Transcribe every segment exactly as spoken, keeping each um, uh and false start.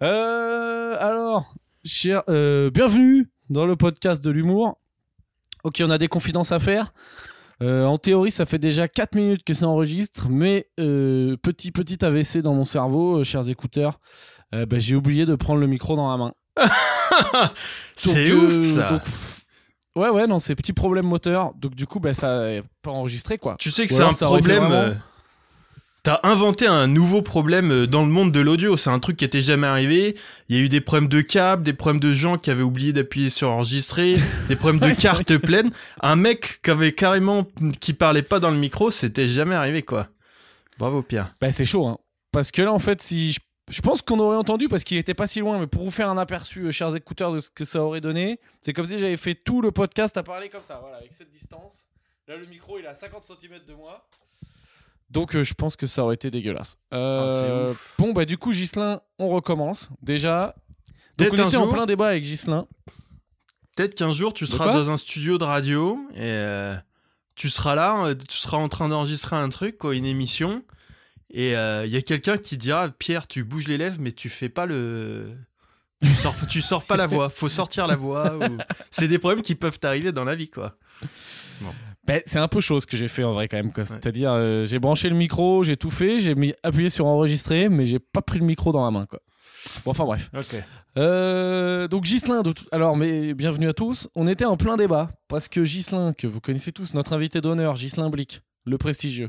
Euh, alors, cher, euh, bienvenue dans le podcast de l'humour. Ok, on a des confidences à faire. Euh, en théorie, ça fait déjà quatre minutes que ça enregistre, mais euh, petit petit A V C dans mon cerveau, euh, chers écouteurs, euh, bah, j'ai oublié de prendre le micro dans la main. C'est donc, ouf euh, ça. donc, ouais, ouais, non, c'est petit problème moteur. Donc du coup, bah, ça n'a pas enregistré quoi. Tu sais que Ou c'est alors, un ça aurait fait problème. vraiment- euh, T'as inventé un nouveau problème dans le monde de l'audio. C'est un truc qui était jamais arrivé. Il y a eu des problèmes de câbles, des problèmes de gens qui avaient oublié d'appuyer sur enregistrer, des problèmes de Ouais, c'est cartes vrai pleines. Un mec qui avait carrément, qui parlait pas dans le micro, c'était jamais arrivé quoi. Bravo Pierre. Bah, c'est chaud, hein. Parce que là, en fait, si je, je pense qu'on aurait entendu parce qu'il était pas si loin, mais pour vous faire un aperçu, euh, chers écouteurs, de ce que ça aurait donné, c'est comme si j'avais fait tout le podcast à parler comme ça, voilà, avec cette distance. Là, le micro, il est à cinquante centimètres de moi. Donc, euh, je pense que ça aurait été dégueulasse. Euh, Ah, c'est ouf. Bon, bah, du coup, Ghislain, on recommence. Déjà. Donc, Peut-être on un était en jour- plein débat avec Ghislain. Peut-être qu'un jour tu De seras quoi dans un studio de radio et euh, tu seras là, euh, tu seras en train d'enregistrer un truc, quoi, une émission, et il euh, y a quelqu'un qui te dira Pierre, tu bouges les lèvres, mais tu fais pas le. Tu sors, tu sors pas la voix, faut sortir la voix. Ou... C'est des problèmes qui peuvent t'arriver dans la vie, quoi. Bah, c'est un peu chaud ce que j'ai fait en vrai, quand même. Quoi. C'est-à-dire, euh, j'ai branché le micro, j'ai tout fait, j'ai mis, appuyé sur enregistrer, mais j'ai pas pris le micro dans la main, quoi. Bon, enfin, bref. Ok. Euh, donc Ghislain, de tout- alors mais bienvenue à tous. On était en plein débat parce que Ghislain, que vous connaissez tous, notre invité d'honneur, Ghislain Blic, le prestigieux.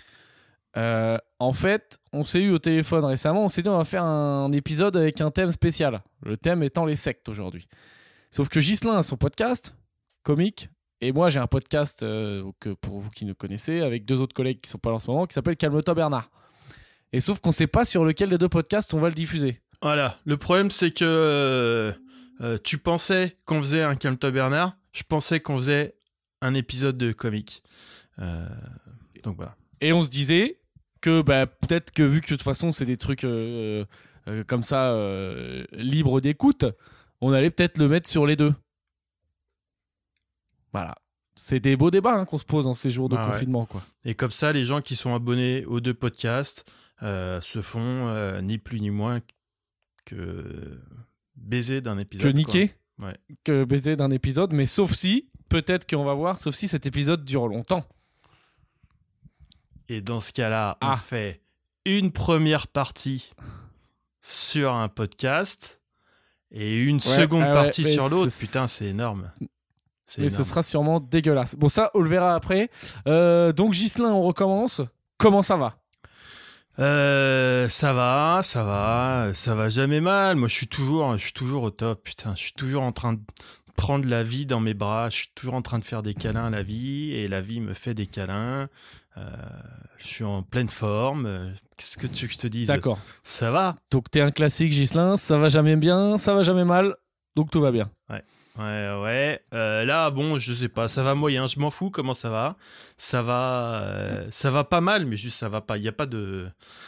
Euh, en fait, on s'est eu au téléphone récemment. On s'est dit on va faire un épisode avec un thème spécial. Le thème étant les sectes aujourd'hui. Sauf que Ghislain a son podcast comique et moi j'ai un podcast euh, donc, pour vous qui nous connaissez avec deux autres collègues qui sont pas là en ce moment qui s'appelle Calme-toi Bernard. Et sauf qu'on sait pas sur lequel des deux podcasts on va le diffuser. Voilà. Le problème, c'est que euh, euh, tu pensais qu'on faisait un Calme-toi Bernard, je pensais qu'on faisait un épisode de comique. Euh, donc voilà. Et on se disait que bah, peut-être que vu que de toute façon c'est des trucs euh, euh, comme ça euh, libres d'écoute, on allait peut-être le mettre sur les deux. Voilà. C'est des beaux débats hein, qu'on se pose en ces jours de Ah ouais. confinement. Quoi. Et comme ça, les gens qui sont abonnés aux deux podcasts euh, se font euh, ni plus ni moins que baiser d'un Que épisode. niquer, quoi. Ouais. que baiser d'un épisode, mais sauf si, peut-être qu'on va voir, sauf si cet épisode dure longtemps. Et dans ce cas-là, Ah. on fait une première partie sur un podcast et une seconde ah ouais, partie mais sur l'autre. c'est- Putain, c'est énorme. C'est Mais énorme. ce sera sûrement dégueulasse. Bon, ça, on le verra après. Euh, donc, Ghislain, on recommence. Comment ça va ? Euh, ça va, ça va, ça va jamais mal. Moi, je suis toujours, je suis toujours au top. Putain, je suis toujours en train de prendre la vie dans mes bras. Je suis toujours en train de faire des câlins à la vie et la vie me fait des câlins. Euh, je suis en pleine forme. Euh, Qu'est-ce que tu veux que je te dise ? D'accord. Ça va. Donc, t'es un classique, Ghislain. Ça va jamais bien, ça va jamais mal. Donc, tout va bien. Ouais, ouais. Euh, là, bon, je sais pas, ça va moyen. Je m'en fous. Comment ça va ? Ça va, euh, ça va pas mal, mais juste ça va pas. Il y a pas de.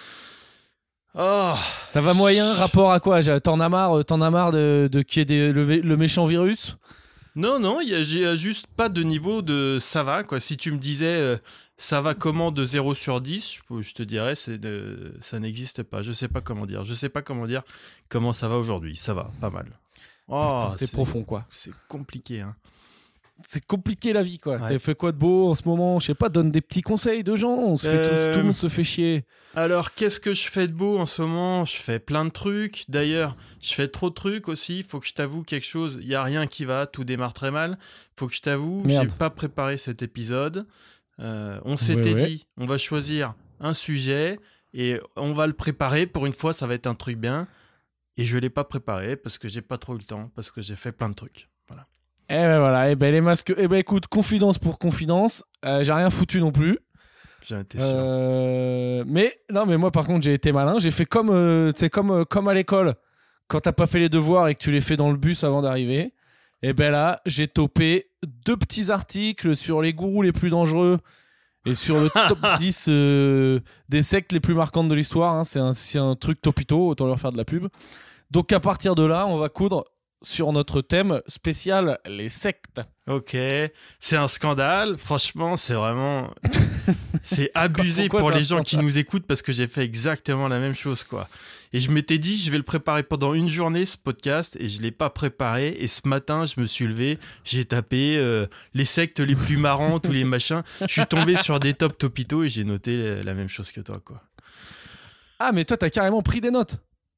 Oh. Ça va moyen, rapport à quoi ? J'ai- T'en as marre, t'en as marre de, de qu'il y ait des- le, le méchant virus ? Non, non, il y a, il y a juste pas de niveau de ça va, quoi. Si tu me disais euh, ça va comment de zéro sur dix, je, je te dirais c'est de, ça n'existe pas. Je sais pas comment dire. Je sais pas comment dire comment ça va aujourd'hui. Ça va, pas mal. Oh, Putain, c'est profond, quoi. C'est compliqué, hein. C'est compliqué la vie, quoi. Ouais. T'as fait quoi de beau en ce moment ? Je sais pas, donne des petits conseils de gens. On se fait Euh, tous- tout le monde se fait chier. Alors, qu'est-ce que je fais de beau en ce moment ? Je fais plein de trucs. D'ailleurs, je fais trop de trucs aussi. Faut que je t'avoue quelque chose. Il y a rien qui va. Tout démarre très mal. Faut que je t'avoue, Merde. j'ai pas préparé cet épisode. Euh, on s'était Ouais, ouais. dit, on va choisir un sujet et on va le préparer. Pour une fois, ça va être un truc bien. Et je l'ai pas préparé parce que j'ai pas trop eu le temps, parce que j'ai fait plein de trucs. Voilà. Eh ben voilà, eh ben les masques. Eh ben écoute, confidence pour confidence, euh, j'ai rien foutu non plus. J'en étais sûr. Euh, mais non, mais moi par contre j'ai été malin. J'ai fait comme, euh, tu sais, comme euh, comme à l'école quand t'as pas fait les devoirs et que tu les fais dans le bus avant d'arriver. Et ben là, j'ai topé deux petits articles sur les gourous les plus dangereux et sur le top dix euh, des sectes les plus marquantes de l'histoire. Hein. C'est un, c'est un truc topito, autant leur faire de la pub. Donc à partir de là, on va coudre sur notre thème spécial, les sectes. Ok, c'est un scandale. Franchement, c'est vraiment... c'est abusé pourquoi pour c'est un les gens qui scandale nous écoutent parce que j'ai fait exactement la même chose, quoi. Et je m'étais dit, je vais le préparer pendant une journée, ce podcast, et je l'ai pas préparé. Et ce matin, je me suis levé, j'ai tapé euh, les sectes les plus marrantes ou les machins. Je suis tombé sur des top topito et j'ai noté la même chose que toi, quoi. Ah, mais toi, t'as carrément pris des notes.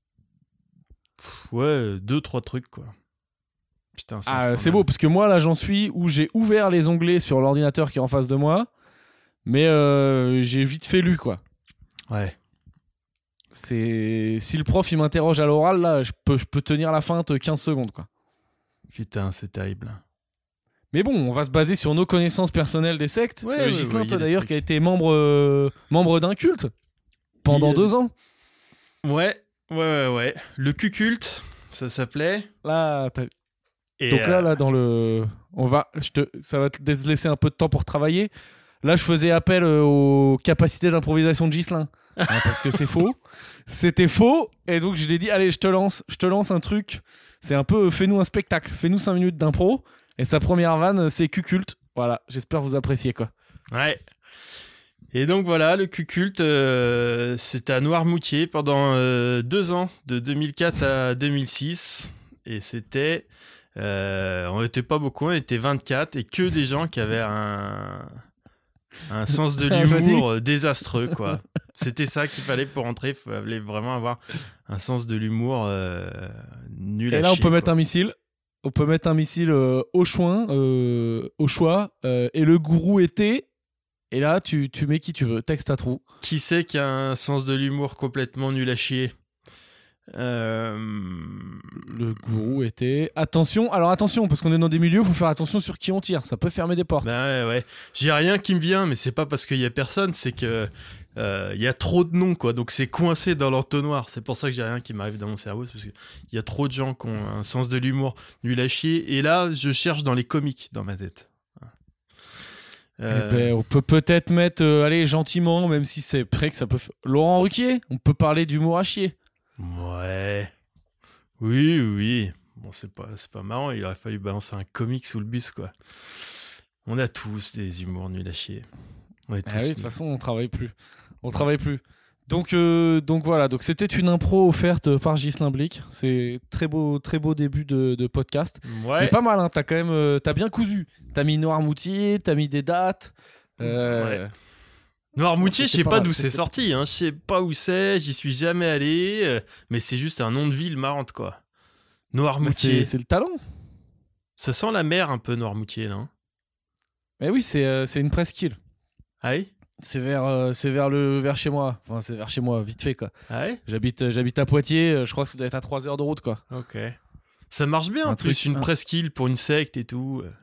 Pff, ouais, deux, trois trucs, quoi. Putain, c'est, ah, c'est beau, parce que moi, là, j'en suis où j'ai ouvert les onglets sur l'ordinateur qui est en face de moi, mais euh, j'ai vite fait lu, quoi. Ouais. C'est... Si le prof, il m'interroge à l'oral, là, je peux, je peux tenir la feinte quinze secondes, quoi. Putain, c'est terrible. Mais bon, on va se baser sur nos connaissances personnelles des sectes. Ouais, euh, ouais, Ghislain, ouais, toi, d'ailleurs, qui a été membre, euh, membre d'un culte pendant Il... deux ans. Ouais, ouais, ouais, ouais. Le Q-culte, ça s'appelait. Là, t'as... Et Donc là, euh... là, dans le... On va... Je te... Ça va te laisser un peu de temps pour travailler. Là, je faisais appel euh, aux capacités d'improvisation de Ghislain. Hein, parce que c'est faux. C'était faux. Et donc, je lui ai dit, allez, je te lance, je te lance un truc. C'est un peu, fais-nous un spectacle. Fais-nous cinq minutes d'impro. Et sa première vanne, c'est Q-culte. Voilà, j'espère vous apprécier, quoi. Ouais. Et donc, voilà, le Q-culte, euh, c'était à Noirmoutier pendant euh, deux ans, de deux mille quatre à deux mille six. Et c'était... Euh, on n'était pas beaucoup, on était vingt-quatre. Et que des gens qui avaient un... Un sens de l'humour désastreux, quoi. C'était ça qu'il fallait pour entrer. Il fallait vraiment avoir un sens de l'humour euh, nul à chier. Et là, on peut quoi. mettre un missile. On peut mettre un missile euh, au choix, euh, au choix. Euh, et le gourou était. Et là, tu, tu mets qui tu veux. Texte à trous. Qui c'est qui a un sens de l'humour complètement nul à chier euh... Le gourou était. Attention, alors attention, parce qu'on est dans des milieux, il faut faire attention sur qui on tire. Ça peut fermer des portes. Ben ouais, ouais. J'ai rien qui me vient, mais c'est pas parce qu'il y a personne, c'est que il euh, y a trop de noms, quoi. Donc c'est coincé dans l'entonnoir. C'est pour ça que j'ai rien qui m'arrive dans mon cerveau, c'est parce qu'il y a trop de gens qui ont un sens de l'humour nul à chier. Et là, je cherche dans les comiques dans ma tête. Euh... Eh ben, on peut peut-être mettre, euh, allez, gentiment, même si c'est prêt que ça peut. F... Laurent Ruquier, on peut parler d'humour à chier. Ouais. Oui, oui. Bon, c'est pas, c'est pas marrant. Il aurait fallu balancer un comique sous le bus, quoi. On a tous des humours nuls à chier. On est tous ah oui, de toute nuls. façon, on travaille plus. On travaille plus. Donc, euh, donc voilà. Donc c'était une impro offerte par Ghislain Blic. C'est très beau, très beau début de, de podcast. Ouais. Mais pas mal. Hein. T'as quand même, euh, t'as bien cousu. T'as mis Noirmoutier, t'as mis des dates. Euh... Ouais. Noirmoutier, je sais pas pas mal, d'où c'était- c'est sorti, hein. Je sais pas où c'est, j'y suis jamais allé, euh, mais c'est juste un nom de ville marrante, quoi. Bah, Noirmoutier. c'est, c'est le talent. Ça sent la mer un peu, Noirmoutier, non? Mais oui, c'est, euh, c'est une presqu'île. Ah oui? C'est vers, euh, c'est vers le, vers chez moi. Enfin, c'est vers chez moi, vite fait quoi. Ah oui? J'habite, euh, j'habite à Poitiers. euh, Je crois que ça doit être à trois heures de route quoi. Ok. Ça marche bien, Un en plus, truc- une un- presqu'île pour une secte et tout. euh.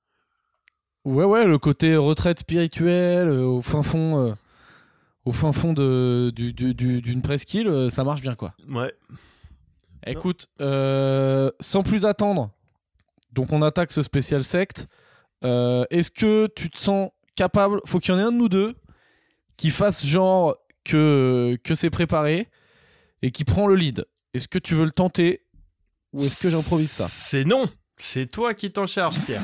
Ouais, ouais, le côté retraite spirituelle euh, au fin fond, euh, au fin fond de, du, du- du- d'une presqu'île, euh, ça marche bien quoi. Ouais. Écoute, euh, sans plus attendre, donc on attaque ce spécial secte. Euh, est-ce que tu te sens capable? Faut qu'il y en ait un de nous deux qui fasse genre que, que c'est préparé et qui prend le lead. Est-ce que tu veux le tenter ou est-ce que j'improvise ça? C'est non. C'est toi qui t'en charges, Pierre.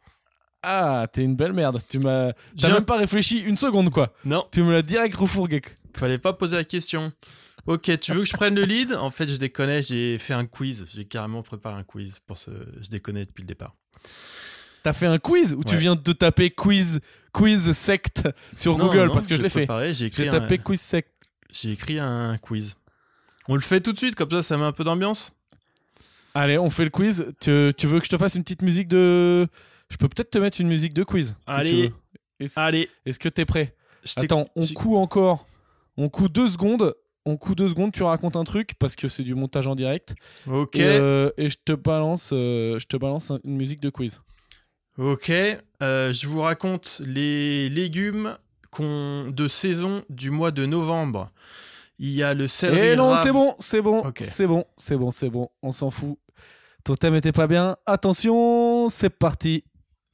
Ah, t'es une belle merde. Tu m'as, t'as J'ai même un- pas réfléchi une seconde quoi. Non, Tu me l'as direct refourgué. fallait pas poser la question. Ok, tu veux que je prenne le lead? En fait, je déconnais, j'ai fait un quiz. J'ai carrément préparé un quiz pour ce. Je déconnais depuis le départ. T'as fait un quiz ou tu Ouais. viens de taper quiz quiz secte sur Non, Google non, parce que je j'ai l'ai fait. préparé, J'ai écrit, J'ai tapé un... quiz secte. j'ai écrit un quiz. On le fait tout de suite, comme ça, ça met un peu d'ambiance. Allez, on fait le quiz. Tu, tu veux que je te fasse une petite musique de... Je peux peut-être te mettre une musique de quiz. si Allez. tu veux. Est-ce, Allez, est-ce que t'es prêt? je t'ai- Attends, on j'ai- coud encore. On coud deux secondes. On coud deux secondes, tu racontes un truc parce que c'est du montage en direct. Ok, Et, euh, et je te balance, euh, je te balance un- une musique de quiz. ok. Euh, je vous raconte les légumes qu'on... de saison du mois de novembre. Il y a le céleri. Et non, rave- c'est bon, c'est bon, Ok. c'est bon, c'est bon, c'est bon. On s'en fout. Ton thème était pas bien. Attention, c'est parti.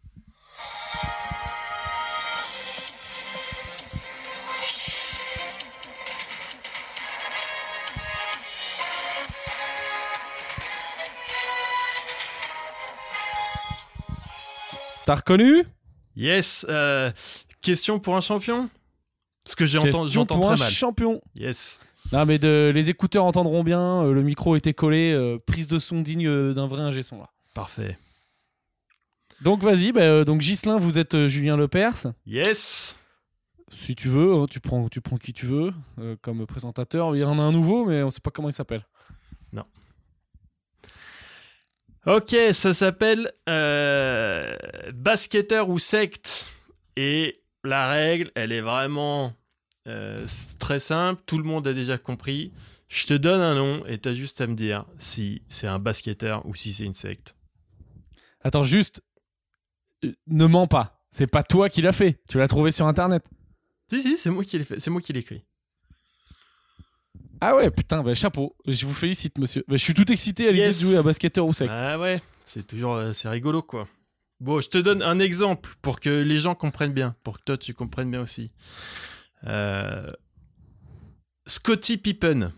T'as reconnu? Yes. euh, Question pour un champion? Parce que j'ai Question entendu, j'entends pour très un mal. champion. Yes. Non, mais de, les écouteurs entendront bien, euh, le micro était collé, euh, prise de son digne euh, d'un vrai ingé son là. Parfait. Donc vas-y, bah, euh, donc Ghislain, vous êtes euh, Julien Lepers. Yes. Si tu veux, hein, tu, prends, tu prends qui tu veux euh, comme présentateur. Il y en a un nouveau, mais on sait pas comment il s'appelle. Non. Ok, ça s'appelle euh, basketteur ou secte. Et la règle, elle est vraiment euh, très simple. Tout le monde a déjà compris. Je te donne un nom et t'as juste à me dire si c'est un basketteur ou si c'est une secte. Attends, juste, euh, ne mens pas. C'est pas toi qui l'as fait. Tu l'as trouvé sur Internet. Si, si, c'est moi qui l'ai fait. C'est moi qui l'ai écrit. Ah ouais, putain, bah, chapeau. Je vous félicite, monsieur. Bah, je suis tout excité à l'idée Yes. de jouer à basketteur ou secte. Ah ouais, c'est toujours euh, c'est rigolo quoi. Bon, je te donne un exemple pour que les gens comprennent bien, pour que toi tu comprennes bien aussi. Euh... Scottie Pippen.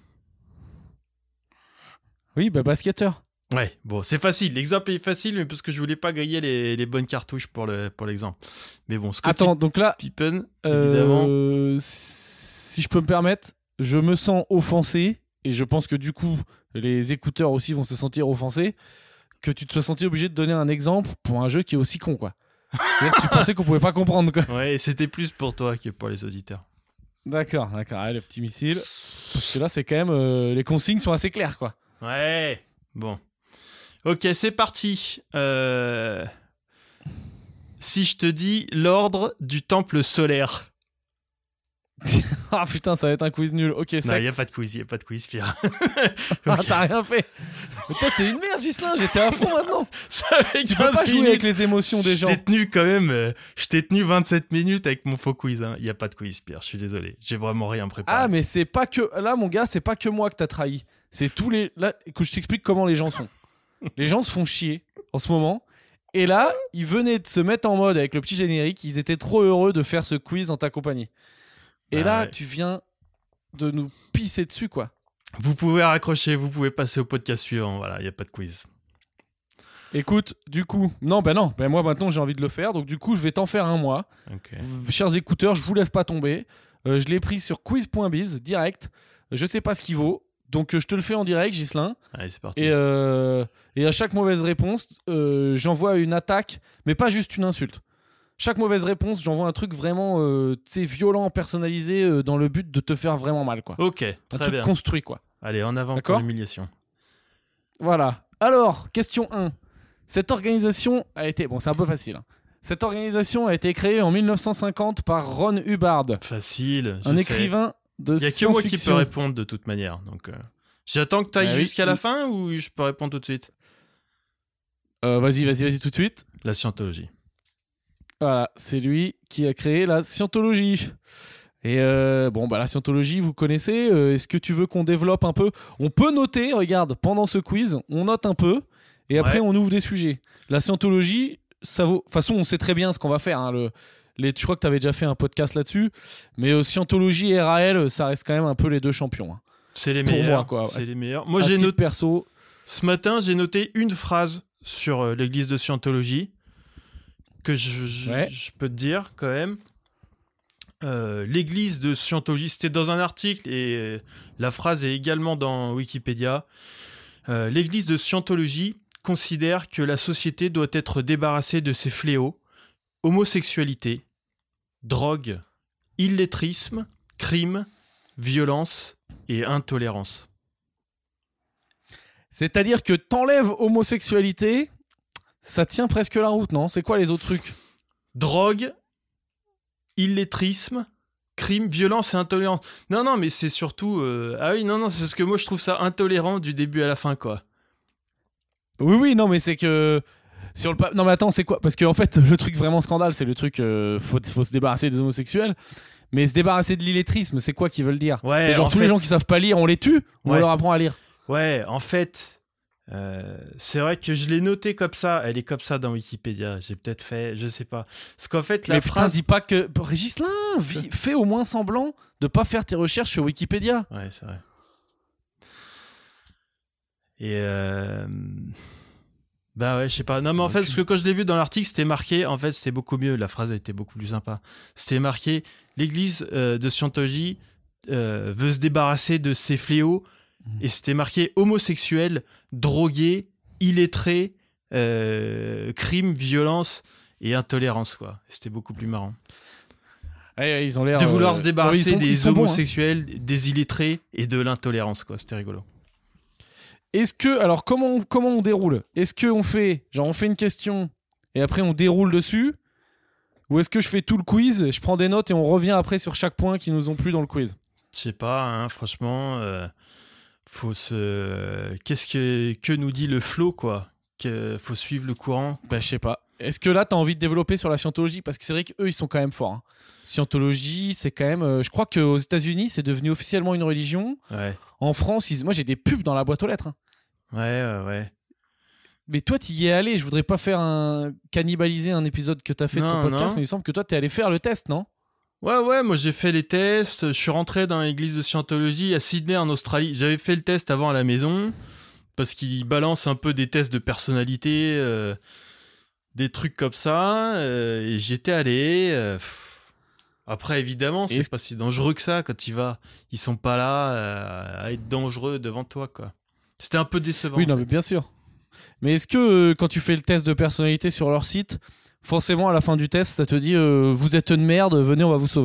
Oui, bah basketteur. Ouais, bon, c'est facile. L'exemple est facile, mais parce que je voulais pas griller les, les bonnes cartouches pour le pour l'exemple. Mais bon, Scottie Attends, donc là, Pippen, évidemment. euh, si je peux me permettre, je me sens offensé, et je pense que du coup, les écouteurs aussi vont se sentir offensés, que tu te sois senti obligé de donner un exemple pour un jeu qui est aussi con, quoi. C'est-à-dire que tu pensais qu'on pouvait pas comprendre, quoi. Ouais, c'était plus pour toi que pour les auditeurs. D'accord, d'accord. Allez, le petit missile. Parce que là, c'est quand même... euh, les consignes sont assez claires, quoi. Ouais, bon. Ok, c'est parti. Euh... Si je te dis l'ordre du temple solaire. Ah putain, ça va être un quiz nul. Ok, Non, ça. il n'y a pas de quiz, il n'y a pas de quiz, Pierre. Ah, t'as rien fait. Mais toi, t'es une merde, Ghislain. J'étais à fond maintenant. Ça fait Tu peux pas jouer avec les émotions des Je gens. t'ai tenu quand même, euh, je t'ai tenu vingt-sept minutes avec mon faux quiz. Il n'y a pas de quiz, Pierre, je suis désolé. J'ai vraiment rien préparé. Ah, mais c'est pas que. Là, mon gars, c'est pas que moi que t'as trahi. C'est tous les. Là, écoute, je t'explique comment les gens sont. Les gens se font chier en ce moment. Et là, ils venaient de se mettre en mode avec le petit générique. Ils étaient trop heureux de faire ce quiz en ta compagnie. Et Ah là, ouais. tu viens de nous pisser dessus, quoi. Vous pouvez raccrocher, vous pouvez passer au podcast suivant. Voilà, il n'y a pas de quiz. Écoute, du coup, non, ben non, ben moi maintenant j'ai envie de le faire, donc du coup je vais t'en faire un moi. Ok. V- Chers écouteurs, je vous laisse pas tomber. Euh, je l'ai pris sur quiz point biz, direct. Je sais pas ce qu'il vaut, donc euh, je te le fais en direct, Ghislain. Allez, c'est parti. Et, euh, et à chaque mauvaise réponse, euh, j'envoie une attaque, mais pas juste une insulte. Chaque mauvaise réponse, j'envoie un truc vraiment euh, tu sais, violent, personnalisé, euh, dans le but de te faire vraiment mal, quoi. Ok, Un très truc bien. construit, quoi. Allez, en avant D'accord pour l'humiliation. Voilà. Alors, question un. Cette organisation a été... Bon, c'est un peu facile. hein. Cette organisation a été créée en mille neuf cent cinquante par Ron Hubbard, Facile. Je un sais. écrivain de Il n'y a que moi qui peux science-fiction. répondre de toute manière. Donc, euh, j'attends que tu ailles Ah oui. jusqu'à la fin ou je peux répondre tout de suite? Euh, vas-y, vas-y, vas-y tout de suite. La scientologie. Voilà, c'est lui qui a créé la scientologie. Et euh, bon, bah la scientologie, vous connaissez. euh, Est-ce que tu veux qu'on développe un peu? On peut noter, regarde, pendant ce quiz, on note un peu et après Ouais. on ouvre des sujets. La scientologie, ça vaut. De toute façon, on sait très bien ce qu'on va faire. hein, le... Les... Je crois que tu avais déjà fait un podcast là-dessus. Mais euh, scientologie et R A L, ça reste quand même un peu les deux champions. hein. C'est les Pour meilleurs. moi, quoi. C'est les meilleurs. Moi, À j'ai titre noté. perso. Ce matin, j'ai noté une phrase sur euh, l'église de Scientologie que je, je, Ouais. je peux te dire quand même. Euh, l'église de Scientologie, c'était dans un article et euh, la phrase est également dans Wikipédia. Euh, l'église de Scientologie considère que la société doit être débarrassée de ses fléaux, homosexualité, drogue, illettrisme, crime, violence et intolérance. C'est-à-dire que t'enlèves homosexualité, ça tient presque la route, non? C'est quoi les autres trucs? Drogue, illettrisme, crime, violence et intolérance. Non, non, mais c'est surtout... euh, Ah oui, non, non, c'est parce que moi, je trouve ça intolérant du début à la fin, quoi. Oui, oui, non, mais c'est que... Sur le pa- Non, mais attends, c'est quoi? Parce qu'en en fait, le truc vraiment scandale, c'est le truc... euh, faut, faut se débarrasser des homosexuels. Mais se débarrasser de l'illettrisme, c'est quoi qu'ils veulent dire? Ouais, C'est genre en tous fait- les gens qui savent pas lire, on les tue? Ou on Ouais. leur apprend à lire? Ouais, en fait... euh, c'est vrai que je l'ai noté comme ça. Elle est comme ça dans Wikipédia. J'ai peut-être fait... Je sais pas. Parce qu'en fait, la Mais putain, phrase... dis pas que... Gislain, vi- fais au moins semblant de pas faire tes recherches sur Wikipédia. Ouais, c'est vrai. Et... Euh... Bah ouais, je sais pas. Non, mais en fait, parce que quand je l'ai vu dans l'article, c'était marqué... En fait, c'était beaucoup mieux. La phrase a été beaucoup plus sympa. C'était marqué... L'église euh, de Scientologie euh, veut se débarrasser de ses fléaux. Et c'était marqué homosexuel, drogué, illettré, euh, crime, violence et intolérance, quoi. C'était beaucoup plus marrant. Ouais, ils ont l'air de vouloir euh... se débarrasser ouais, sont, des homosexuels, bons, hein. des illettrés et de l'intolérance, quoi. C'était rigolo. Est-ce que, alors comment on, comment on déroule ? Est-ce qu'on fait, genre on fait une question et après on déroule dessus ? Ou est-ce que je fais tout le quiz, je prends des notes et on revient après sur chaque point qui nous ont plu dans le quiz ? Je sais pas, hein, franchement, euh, faut se... Qu'est-ce que, que nous dit le flow, quoi ? Que faut suivre le courant. Bah je sais pas. Est-ce que là t'as envie de développer sur la scientologie ? Parce que c'est vrai qu'eux ils sont quand même forts. Hein. Scientologie, c'est quand même... Euh, je crois qu'aux États-Unis c'est devenu officiellement une religion. Ouais. En France, ils... moi j'ai des pubs dans la boîte aux lettres. Hein. Ouais, ouais, ouais. Mais toi, tu y es allé. Je voudrais pas faire un cannibaliser un épisode que tu as fait non, de ton podcast, non. mais il me semble que toi, tu es allé faire le test, non ? Ouais, ouais, moi j'ai fait les tests. Je suis rentré dans l'église de Scientologie à Sydney, en Australie. J'avais fait le test avant à la maison parce qu'ils balancent un peu des tests de personnalité, euh, des trucs comme ça. Euh, et j'étais allé. Euh, Après, évidemment, c'est et pas si dangereux que ça quand tu y vas. Ils sont pas là euh, à être dangereux devant toi, quoi. C'était un peu décevant. Oui, non, mais bien sûr. Mais est-ce que euh, quand tu fais le test de personnalité sur leur site, forcément à la fin du test, ça te dit euh, vous êtes une merde, venez, on va vous sauver ?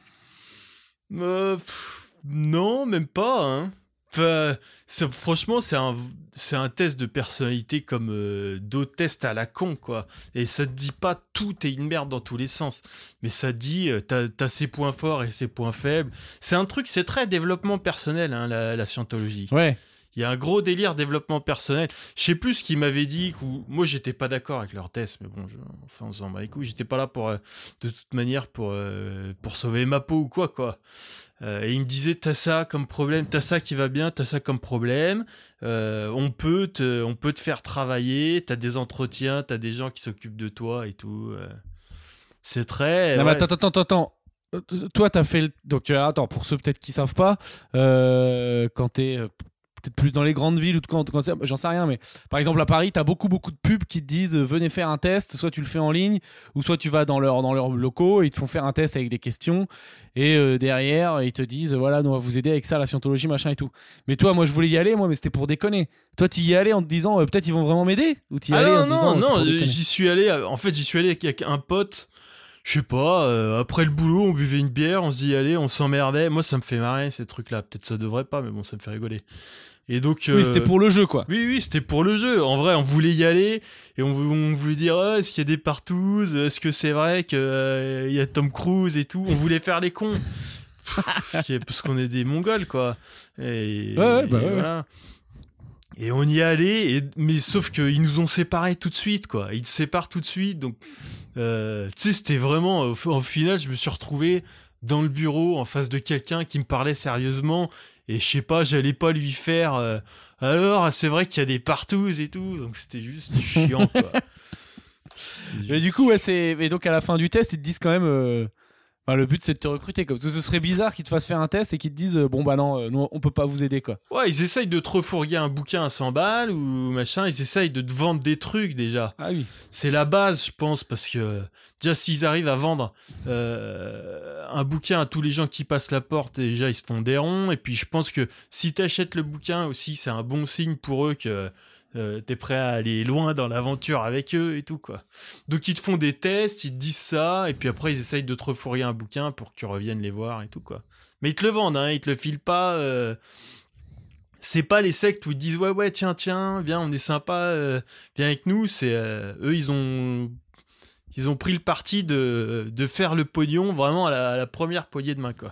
euh, pff, Non, même pas. Hein. Enfin, c'est, franchement, c'est un, c'est un test de personnalité comme euh, d'autres tests à la con, quoi. Et ça te dit pas tout est une merde dans tous les sens. Mais ça te dit, euh, t'as, t'as ses points forts et ses points faibles. C'est un truc, c'est très développement personnel, hein, la, la scientologie. Ouais. Il y a un gros délire développement personnel. Je sais plus ce qu'ils m'avaient dit. Ou... Moi, j'étais pas d'accord avec leur test, mais bon, je... enfin, on s'en bat les couilles. J'étais pas là pour, euh, de toute manière, pour, euh, pour sauver ma peau ou quoi, quoi. Euh, et ils me disaient, t'as ça comme problème, t'as ça qui va bien, t'as ça comme problème. Euh, on peut te, on peut te faire travailler. T'as des entretiens, t'as des gens qui s'occupent de toi et tout. Euh... C'est très. Non, ouais. mais attends, attends, attends. Euh, Toi, t'as fait le... Donc, euh, attends, pour ceux peut-être qui savent pas, euh, quand t'es... Euh, peut-être plus dans les grandes villes ou quand, quand j'en sais rien, mais par exemple à Paris, tu as beaucoup beaucoup de pubs qui te disent euh, venez faire un test, soit tu le fais en ligne, ou soit tu vas dans leurs dans leurs locaux et ils te font faire un test avec des questions, et euh, derrière ils te disent voilà, nous on va vous aider avec ça, la scientologie, machin et tout. Mais toi, moi je voulais y aller, moi, mais c'était pour déconner. Toi, tu y allais en te disant euh, peut-être ils vont vraiment m'aider, ou tu y ah allais non, en te disant non, non, non, j'y suis allé, en fait j'y suis allé avec, avec un pote. Je sais pas, euh, après le boulot, on buvait une bière, on se dit allez, on s'emmerdait. Moi, ça me fait marrer ces trucs-là. Peut-être ça devrait pas, mais bon, ça me fait rigoler. Et donc, oui, euh... c'était pour le jeu, quoi. Oui, oui, c'était pour le jeu. En vrai, on voulait y aller et on, on voulait dire oh, est-ce qu'il y a des partouzes ? Est-ce que c'est vrai qu'il euh, y a Tom Cruise et tout ? On voulait faire les cons. Parce qu'on est des Mongols, quoi. Et, ouais, ouais, et bah ouais. voilà. Et on y est allé, et, mais sauf qu'ils nous ont séparés tout de suite, quoi. Ils te séparent tout de suite, donc euh, tu sais, c'était vraiment. Au, au final, je me suis retrouvé dans le bureau en face de quelqu'un qui me parlait sérieusement. Et je sais pas, j'allais pas lui faire euh, alors c'est vrai qu'il y a des partouzes et tout, donc c'était juste chiant, quoi. Juste... Et du coup, ouais, c'est. Et donc à la fin du test, ils te disent quand même. Euh... Enfin, le but c'est de te recruter, quoi. Parce que ce serait bizarre qu'ils te fassent faire un test et qu'ils te disent euh, bon bah non, euh, nous on peut pas vous aider, quoi. Ouais, ils essayent de te refourguer un bouquin à cent balles ou machin, ils essayent de te vendre des trucs déjà. Ah oui. C'est la base, je pense, parce que déjà s'ils arrivent à vendre euh, un bouquin à tous les gens qui passent la porte, déjà ils se font des ronds. Et puis je pense que si t'achètes le bouquin aussi, c'est un bon signe pour eux que Euh, t'es prêt à aller loin dans l'aventure avec eux et tout, quoi. Donc ils te font des tests, ils te disent ça, et puis après ils essayent de te refourguer un bouquin pour que tu reviennes les voir et tout, quoi. Mais ils te le vendent, hein, ils te le filent pas. Euh... C'est pas les sectes où ils te disent ouais ouais tiens tiens viens on est sympa, euh, viens avec nous. C'est euh, eux ils ont ils ont pris le parti de de faire le pognon vraiment à la, à la première poignée de main, quoi.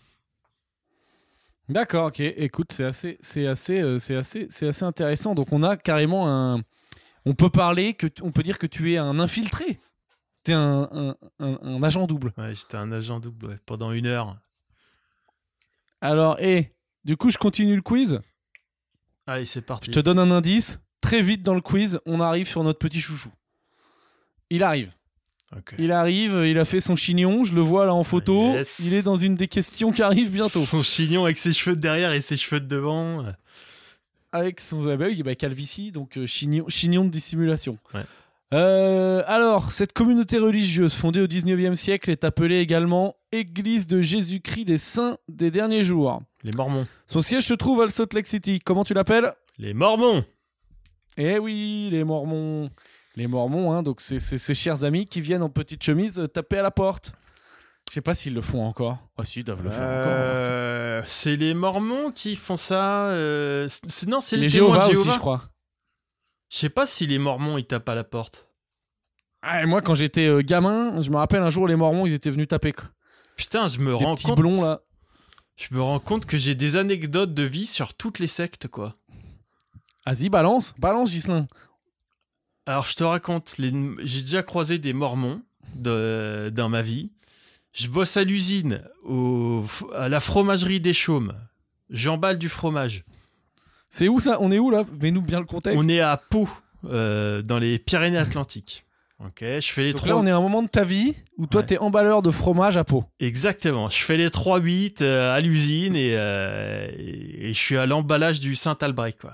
D'accord, ok. Écoute, c'est assez, c'est assez, euh, c'est assez, c'est assez intéressant. Donc on a carrément un, on peut parler que, on peut dire que tu es un infiltré. T'es un, un, un, un agent double. Ouais, j'étais un agent double ouais, pendant une heure. Alors, et hey, du coup, je continue le quiz. Allez, c'est parti. Je te donne un indice. Très vite dans le quiz, on arrive sur notre petit chouchou. Il arrive. Okay. Il arrive, il a fait son chignon, je le vois là en photo. Yes. Il est dans une des questions qui arrive bientôt. Son chignon avec ses cheveux de derrière et ses cheveux de devant. Avec son ah bah oui, bah calvitie, donc euh, chignon, chignon de dissimulation. Ouais. Euh, alors, cette communauté religieuse fondée au dix-neuvième siècle est appelée également Église de Jésus-Christ des Saints des Derniers Jours. Les Mormons. Son siège se trouve à Salt Lake City. Comment tu l'appelles ? Les Mormons. Eh oui, les Mormons. Les Mormons, hein, donc c'est ces chers amis qui viennent en petite chemise euh, taper à la porte. Je sais pas s'ils le font encore. Ah si, ils doivent le faire euh, encore. C'est les Mormons qui font ça. Euh... C'est, non, c'est les, les témoins Jéhovah de Jéhovah aussi, je crois. Je sais pas si les Mormons ils tapent à la porte. Ah, et moi, quand j'étais euh, gamin, je me rappelle un jour, les Mormons, ils étaient venus taper. Putain, je me Des rends petits compte. blonds là. Je me rends compte que j'ai des anecdotes de vie sur toutes les sectes, quoi. Vas-y, balance, balance, Ghislain. Alors, je te raconte, les... j'ai déjà croisé des Mormons de... dans ma vie. Je bosse à l'usine, au... à la fromagerie des Chaumes. J'emballe du fromage. C'est où ça ? On est où là ? Mets-nous bien le contexte. On est à Pau, euh, dans les Pyrénées-Atlantiques. Ok, je fais les Donc trois. là, on est à un moment de ta vie où toi, Ouais. t'es emballeur de fromage à Pau. Exactement. Je fais les trois huit euh, à l'usine et, euh, et, et je suis à l'emballage du Saint-Albret, quoi.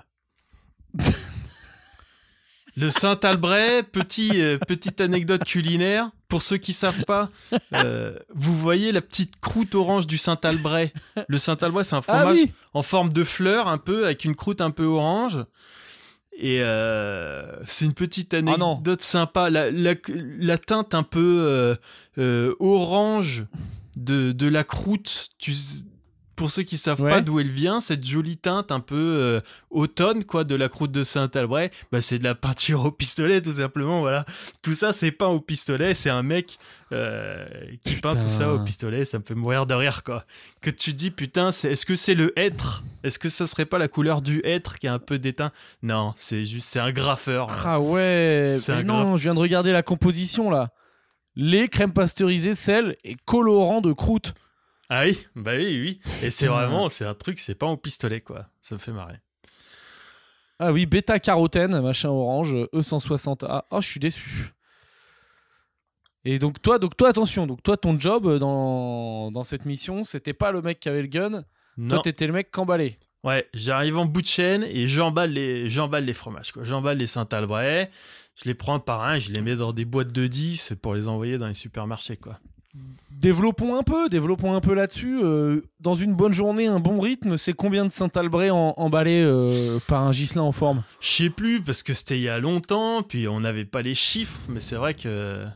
Le Saint-Albret, petit, euh, petite anecdote culinaire. Pour ceux qui savent pas, euh, vous voyez la petite croûte orange du Saint-Albret. Le Saint-Albret, c'est un fromage Ah oui. en forme de fleur, un peu, avec une croûte un peu orange. Et euh, c'est une petite anecdote sympa. La, la, la teinte un peu euh, euh, orange de, de la croûte, tu, pour ceux qui savent Ouais. pas d'où elle vient, cette jolie teinte un peu euh, automne quoi, de la croûte de Saint-Albret, bah, c'est de la peinture au pistolet tout simplement. Voilà. Tout ça c'est peint au pistolet, c'est un mec euh, qui Putain. peint tout ça au pistolet, ça me fait mourir de rire quoi. Que tu te dis putain, c'est, est-ce que c'est le hêtre ? Est-ce que ça serait pas la couleur du hêtre qui est un peu déteint ? Non, c'est juste c'est un graffeur. Ah ouais. C'est Mais un non, graphe. je viens de regarder la composition là. Lait, crème pasteurisée, sel et colorant de croûte. Ah oui, bah oui, oui. Et c'est Putain. vraiment, c'est un truc, c'est pas au pistolet quoi. Ça me fait marrer. Ah oui, bêta-carotène, machin orange, E cent soixante A. Oh, je suis déçu. Et donc toi, donc toi, attention, donc toi, ton job dans, dans cette mission, c'était pas le mec qui avait le gun. Non. Toi, t'étais le mec qui emballait. Ouais, j'arrive en bout de chaîne et j'emballe les, j'emballe les fromages, quoi. J'emballe les Saint-Albret, je les prends un par un, je les mets dans des boîtes de dix pour les envoyer dans les supermarchés, quoi. Développons un peu, développons un peu là-dessus. Euh, dans une bonne journée, un bon rythme, c'est combien de Saint-Albret en, emballés euh, par un Ghislain en forme ? Je sais plus, parce que c'était il y a longtemps, puis on n'avait pas les chiffres, mais c'est vrai que...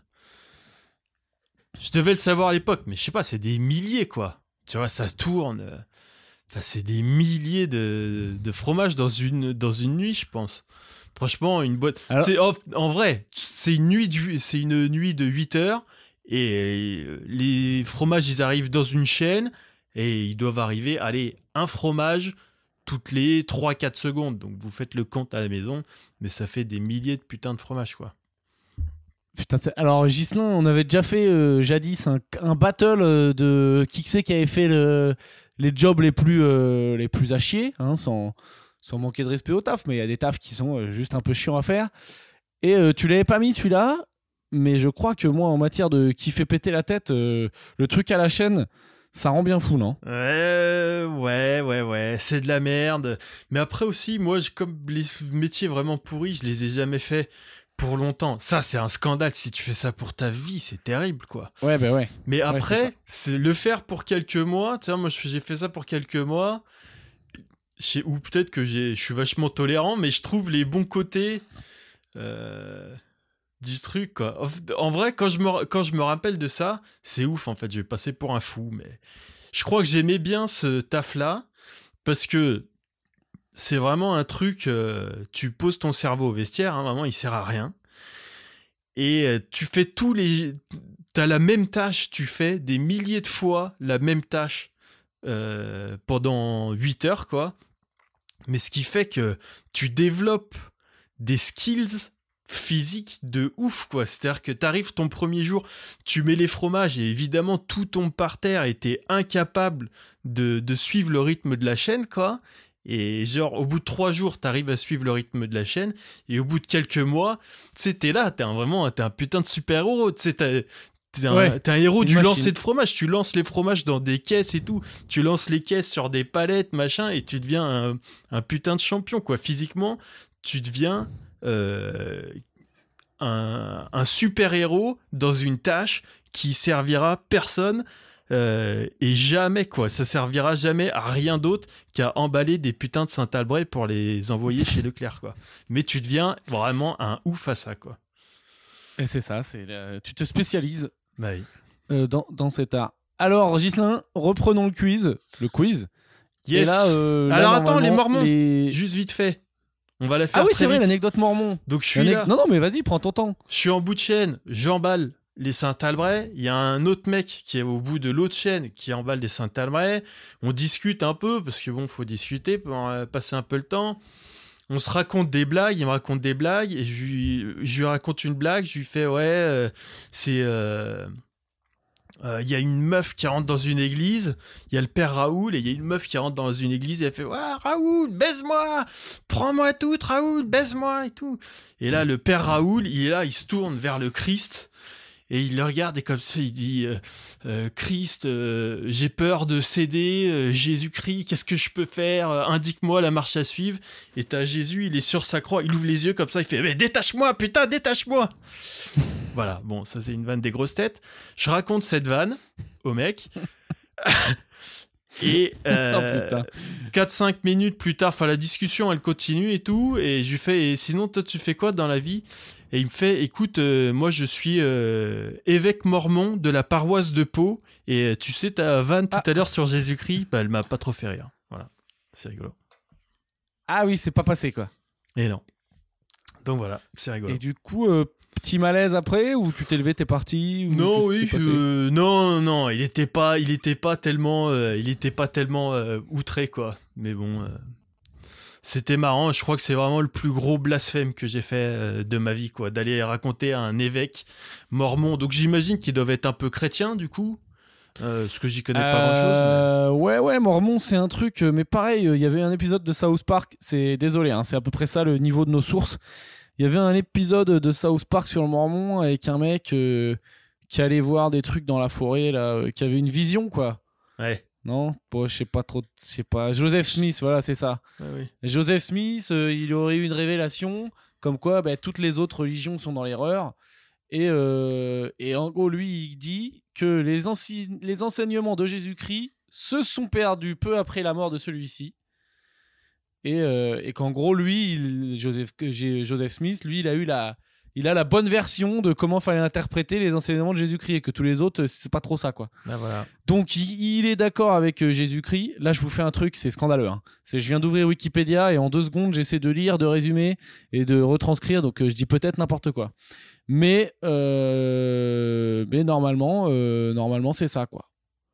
Je devais le savoir à l'époque, mais je sais pas, c'est des milliers, quoi. Tu vois, ça tourne... Enfin, c'est des milliers de, de fromages dans une, dans une nuit, je pense. Franchement, une boîte... Alors- C'est, en, en vrai, c'est une, nuit du, c'est une nuit de huit heures, et les fromages, ils arrivent dans une chaîne, et ils doivent arriver, allez, un fromage toutes les trois à quatre secondes. Donc, vous faites le compte à la maison, mais ça fait des milliers de putains de fromages, quoi. Putain, c'est- alors Ghislain, on avait déjà fait euh, jadis un, un battle euh, de qui que c'est qui avait fait le, les jobs les plus, euh, les plus à chier, hein, sans, sans manquer de respect au taf, mais il y a des tafs qui sont euh, juste un peu chiants à faire. Et euh, tu l'avais pas mis celui-là, mais je crois que moi, en matière de qui fait péter la tête, euh, le truc à la chaîne, ça rend bien fou, non ? Ouais, ouais, ouais, ouais, c'est de la merde. Mais après aussi, moi, je- comme les métiers vraiment pourris, je les ai jamais fait pour longtemps. Ça, c'est un scandale. Si tu fais ça pour ta vie, c'est terrible, quoi. Ouais, bah ouais. Mais c'est ça. après, c'est le faire pour quelques mois. Tu vois, moi, je- j'ai fait ça pour quelques mois. Je sais- ou peut-être que j'ai- je suis vachement tolérant, mais je trouve les bons côtés euh, du truc, quoi. En, f- en vrai, quand je, me, quand je me rappelle de ça, c'est ouf, en fait. Je vais passer pour un fou, mais je crois que j'aimais bien ce taf-là parce que c'est vraiment un truc, euh, tu poses ton cerveau au vestiaire, hein, vraiment, il sert à rien. Et euh, tu fais tous les... T'as la même tâche, tu fais des milliers de fois la même tâche euh, pendant huit heures, quoi. Mais ce qui fait que tu développes des skills physiques de ouf, quoi. C'est-à-dire que t'arrives ton premier jour, tu mets les fromages et évidemment tout tombe par terre et t'es incapable de, de suivre le rythme de la chaîne, quoi. Et genre, au bout de trois jours, t'arrives à suivre le rythme de la chaîne. Et au bout de quelques mois, tu sais, t'es là, t'es un, vraiment t'es un putain de super-héros. Tu sais, t'as- t'es un, Ouais, t'es un héros une du machine. lancer de fromage. Tu lances les fromages dans des caisses et tout. Tu lances les caisses sur des palettes, machin, et tu deviens un, un putain de champion, quoi. Physiquement, tu deviens... euh, un, un super-héros dans une tâche qui servira personne euh, et jamais, quoi. Ça servira jamais à rien d'autre qu'à emballer des putains de Saint-Albret pour les envoyer chez Leclerc, quoi. Mais tu deviens vraiment un ouf à ça, quoi. Et c'est ça, c'est la- tu te spécialises Bah oui. euh, dans, dans cet art. Alors, Ghislain, reprenons le quiz. Le quiz. Yes. Et là, euh, là, Alors attends, les normalement, Mormons, les- juste vite fait. On va la faire Ah oui, très c'est vrai, vite. l'anecdote mormon. Donc je suis L'anec- là, Non, non, mais vas-y, prends ton temps. je suis en bout de chaîne, j'emballe les Saint-Albret. Il y a un autre mec qui est au bout de l'autre chaîne qui emballe des Saint-Albret. On discute un peu parce que bon, faut discuter pour euh, passer un peu le temps. On se raconte des blagues, il me raconte des blagues et je lui, je lui raconte une blague. Je lui fais ouais, euh, c'est euh, euh, il y a une meuf qui rentre dans une église, il y a le père Raoul et il y a une meuf qui rentre dans une église et elle fait ouais, Raoul, baise-moi, prends-moi tout, Raoul, baise-moi et tout. Et là, le père Raoul, il est là, il se tourne vers le Christ et il le regarde et comme ça, il dit euh, euh, Christ, euh, j'ai peur de céder, euh, Jésus-Christ, qu'est-ce que je peux faire? Euh, Indique-moi la marche à suivre. Et t'as Jésus, il est sur sa croix, il ouvre les yeux comme ça, il fait mais détache-moi, putain, détache-moi. Voilà, bon, ça c'est une vanne des grosses têtes. Je raconte cette vanne au mec. Et euh, Oh, putain. quatre cinq minutes plus tard, enfin la discussion elle continue et tout, et je lui fais et sinon toi tu fais quoi dans la vie? Et il me fait écoute, euh, moi je suis euh, évêque mormon de la paroisse de Pau, et tu sais ta vanne tout Ah. à l'heure sur Jésus-Christ, bah, elle m'a pas trop fait rire. Voilà, c'est rigolo. Ah oui, c'est pas passé, quoi. Et non. Donc voilà, c'est rigolo. Et du coup, euh, petit malaise après, ou tu t'es levé, t'es parti ou Non, qu'est-ce oui, qui s'est passé euh, non, non, il était pas, il était pas tellement, euh, il était pas tellement euh, outré quoi. Mais bon, euh, c'était marrant. Je crois que c'est vraiment le plus gros blasphème que j'ai fait euh, de ma vie quoi, d'aller raconter à un évêque mormon. Donc j'imagine qu'ils doivent être un peu chrétiens du coup, euh, parce que j'y connais pas grand-chose. Euh, Ouais, ouais, Mormon, c'est un truc. euh, Mais pareil, euh, il y avait un épisode de South Park. C'est désolé, hein, c'est à peu près ça le niveau de nos sources. Il y avait un épisode de South Park sur le Mormon avec un mec euh, qui allait voir des trucs dans la forêt, là, euh, qui avait une vision, quoi. Mais... Ouais. Non, bon, je sais pas trop, je sais pas. Joseph Smith, voilà, c'est ça. Ouais, oui. Joseph Smith, euh, il aurait eu une révélation comme quoi bah, toutes les autres religions sont dans l'erreur. Et, euh, et en gros, lui, il dit que les, ensi- les enseignements de Jésus-Christ se sont perdus peu après la mort de celui-ci. Et, euh, et qu'en gros, lui, il- Joseph, que j'ai- Joseph Smith, lui, il a eu la, il a la bonne version de comment fallait interpréter les enseignements de Jésus-Christ et que tous les autres, c'est pas trop ça, quoi. Ah, voilà. Donc il, il est d'accord avec euh, Jésus-Christ. Là, je vous fais un truc, c'est scandaleux. Hein. C'est, je viens d'ouvrir Wikipédia et en deux secondes, j'essaie de lire, de résumer et de retranscrire. Donc euh, je dis peut-être n'importe quoi. Mais, euh, mais normalement, euh, normalement, c'est ça, quoi.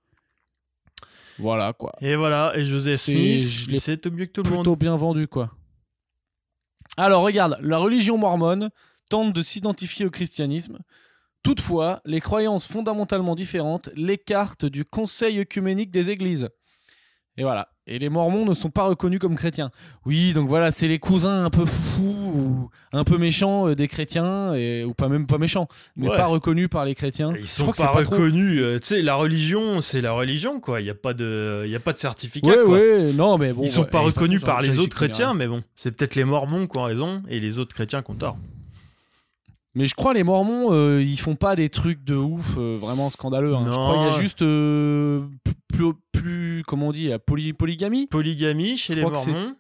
Voilà, quoi. Et voilà. Et Joseph C'est- Smith, je l'ai c'est mieux que tout le monde. Plutôt bien vendu, quoi. Alors, regarde, la religion mormone tente de s'identifier au christianisme. Toutefois, les croyances fondamentalement différentes l'écartent du conseil œcuménique des églises. Et voilà. Et les mormons ne sont pas reconnus comme chrétiens. Oui, donc voilà, c'est les cousins un peu foufous ou un peu méchants euh, des chrétiens, et, ou pas même pas méchants, mais Ouais. pas reconnus par les chrétiens. Ils Je sont crois que pas c'est trop- reconnus. euh, Tu sais, la religion, c'est la religion, quoi. Il n'y a pas de, il y a pas de certificat, Ouais, quoi. ouais, non, mais bon. Ils sont ouais, pas et de toute reconnus façon, par j'en- les j'y autres connais chrétiens, rien. mais bon, c'est peut-être les Mormons qui ont raison et les autres chrétiens qui ont tort. Mais je crois les Mormons, euh, ils font pas des trucs de ouf, euh, vraiment scandaleux. Hein. Je Non. crois qu'il y a juste euh, plus, plus, plus- comment on dit, la poly, polygamie. Polygamie chez Je les crois que c'est- Mormons.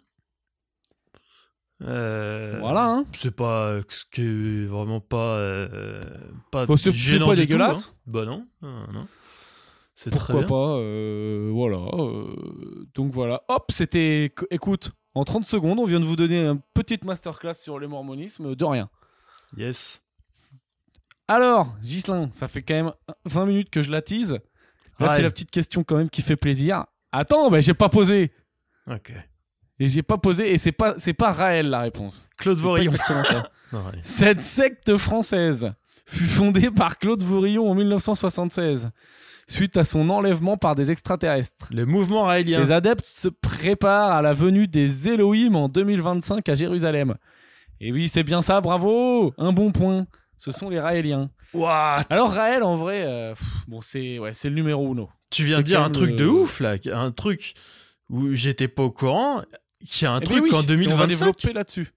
Euh, Voilà. Hein. C'est pas ce qui est vraiment pas euh, pas Bah, c'est- c'est gênant pas du dégueulasse. tout, hein. Bah non, non, non. C'est très Pourquoi bien. pas euh, Voilà. euh, donc voilà. Hop, c'était. Écoute, en trente secondes, on vient de vous donner une petite masterclass sur le mormonisme de rien. Yes. Alors, Ghislain, ça fait quand même vingt minutes que je la tease. Là, Ouais. c'est la petite question quand même qui fait plaisir. Attends, bah, j'ai pas posé. Ok. Et j'ai pas posé, et c'est pas, c'est pas Raël la réponse. Claude C'est pas Vorillon. exactement ça. Non, ouais. Cette secte française fut fondée par Claude Vorillon en mille neuf cent soixante-seize, suite à son enlèvement par des extraterrestres. Le mouvement raélien. Ses adeptes se préparent à la venue des Elohim en deux mille vingt-cinq à Jérusalem. Et oui, c'est bien ça, bravo. Un bon point. Ce sont les Raéliens. Ouah, Alors Raël, en vrai, euh, pff, bon, c'est, ouais, c'est le numéro uno. tu viens c'est de dire quand un même truc le- de ouf là, un truc où j'étais pas au courant. Qu'il y a un Eh ben truc oui, en on va deux mille vingt-cinq. développer là-dessus.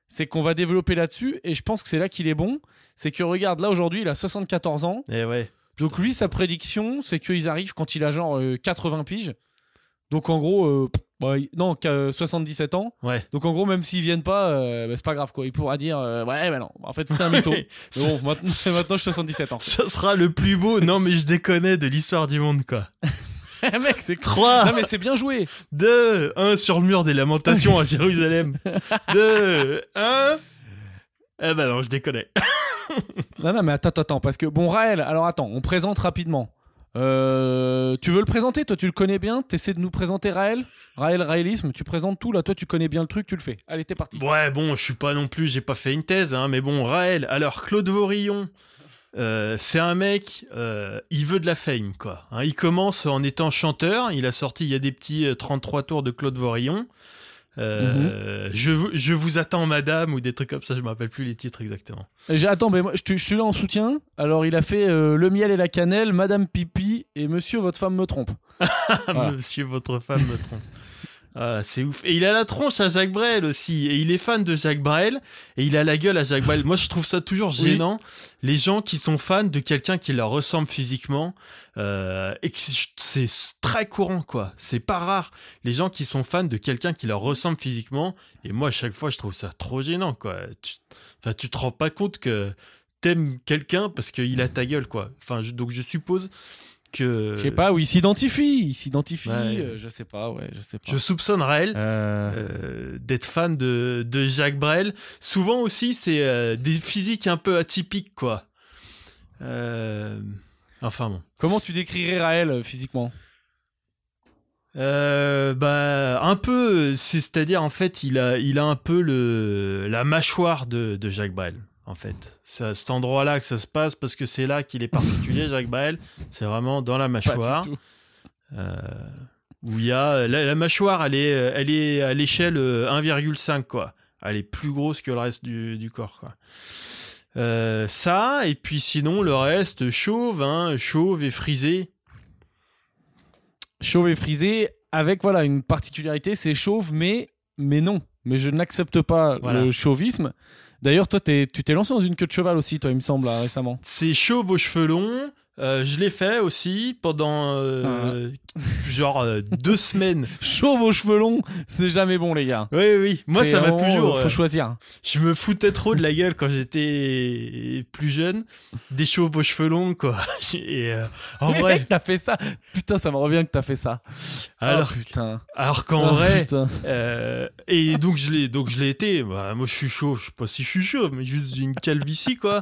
c'est qu'on va développer là-dessus, et je pense que c'est là qu'il est bon. C'est que regarde, là aujourd'hui, il a soixante-quatorze ans. Et ouais. Donc lui, sa prédiction, c'est qu'ils arrivent quand il a genre euh, quatre-vingts piges. Donc en gros, euh, bah, il- non, qu'à soixante-dix-sept ans. Ouais. Donc en gros, même s'ils viennent pas, euh, bah, c'est pas grave quoi. Il pourra dire, euh, ouais, bah non, en fait c'était un mytho. Mais bon, maintenant, maintenant je suis soixante-dix-sept ans. Ça sera le plus beau, non mais je déconne, de l'histoire du monde, quoi. Mec, c'est trois, Non mais c'est bien joué. deux, un sur le mur des lamentations à Jérusalem. deux, un. Eh ben non, je déconne. Non, non, mais attends, attends, attends, parce que bon, Raël, alors attends, on présente rapidement. Euh, tu veux le présenter? Toi, tu le connais bien? T'essaies de nous présenter Raël? Raël, Raëlisme, tu présentes tout là. Toi, tu connais bien le truc, tu le fais. Allez, t'es parti. Ouais, bon, je suis pas non plus, j'ai pas fait une thèse, hein, mais bon, Raël, alors Claude Vorillon, euh, c'est un mec, euh, il veut de la fame, quoi. Hein, il commence en étant chanteur, il a sorti, il y a des petits euh, trente-trois tours de Claude Vorillon. Euh, mm-hmm. je, vous- je vous attends, madame, ou des trucs comme ça, je me rappelle plus les titres exactement. J'ai- Attends, mais moi, je, te- je suis là en soutien. Alors, il a fait euh, Le miel et la cannelle, Madame Pipi et Monsieur, votre femme me trompe. Voilà. Monsieur, votre femme me trompe. Ah, c'est ouf. Et il a la tronche à Jacques Brel aussi. Et il est fan de Jacques Brel. Et il a la gueule à Jacques Brel. Moi, je trouve ça toujours Oui. gênant. Les gens qui sont fans de quelqu'un qui leur ressemble physiquement. Euh, et que c'est c'est très courant, quoi. C'est pas rare. Les gens qui sont fans de quelqu'un qui leur ressemble physiquement. Et moi, à chaque fois, je trouve ça trop gênant, quoi. Tu, enfin, tu te rends pas compte que t'aimes quelqu'un parce qu'il a ta gueule, quoi. Enfin, je- donc je suppose que... Je sais pas, où il s'identifie. Il s'identifie, Ouais. euh, je sais pas, ouais, je sais pas. Je soupçonne Raël Euh, euh, d'être fan de, de Jacques Brel. Souvent aussi, c'est euh, des physiques un peu atypiques, quoi. Euh, Enfin bon. Comment tu décrirais Raël euh, physiquement? Euh, bah, un peu, c'est- c'est-à-dire, en fait, il a, il a un peu le, la mâchoire de, de Jacques Brel, en fait. C'est à cet endroit-là que ça se passe, parce que c'est là qu'il est particulier, Jacques Brel. C'est vraiment dans la Pas mâchoire. du tout. Euh, où il y a la, la mâchoire, elle est, elle est à l'échelle euh, un virgule cinq, quoi. Elle est plus grosse que le reste du, du corps, quoi. Euh, ça, et puis sinon le reste chauve, hein, chauve et frisé. Chauve et frisé, avec voilà une particularité, c'est chauve, mais, mais non. Mais je n'accepte pas Voilà. le chauvisme. D'ailleurs, toi, t'es- tu t'es lancé dans une queue de cheval aussi, toi, il me semble, là, récemment. C'est chauve aux cheveux longs. Euh, je l'ai fait aussi pendant euh, genre euh, deux semaines. Chauve aux cheveux longs, c'est jamais bon, les gars. Oui, oui. Moi, C'est ça m'a vraiment, toujours. euh, Faut euh, choisir. Je me foutais trop de la gueule quand j'étais plus jeune. Des chauves aux cheveux longs, quoi. Et euh, en Mais vrai. mec, t'as fait ça. Putain, ça me revient que t'as fait ça. Alors, Oh, putain. alors qu'en Oh, vrai. putain. Euh, et donc je l'ai donc je l'ai été. Bah, moi je suis chaud, je sais pas si je suis chaud, mais juste j'ai une calvitie, quoi.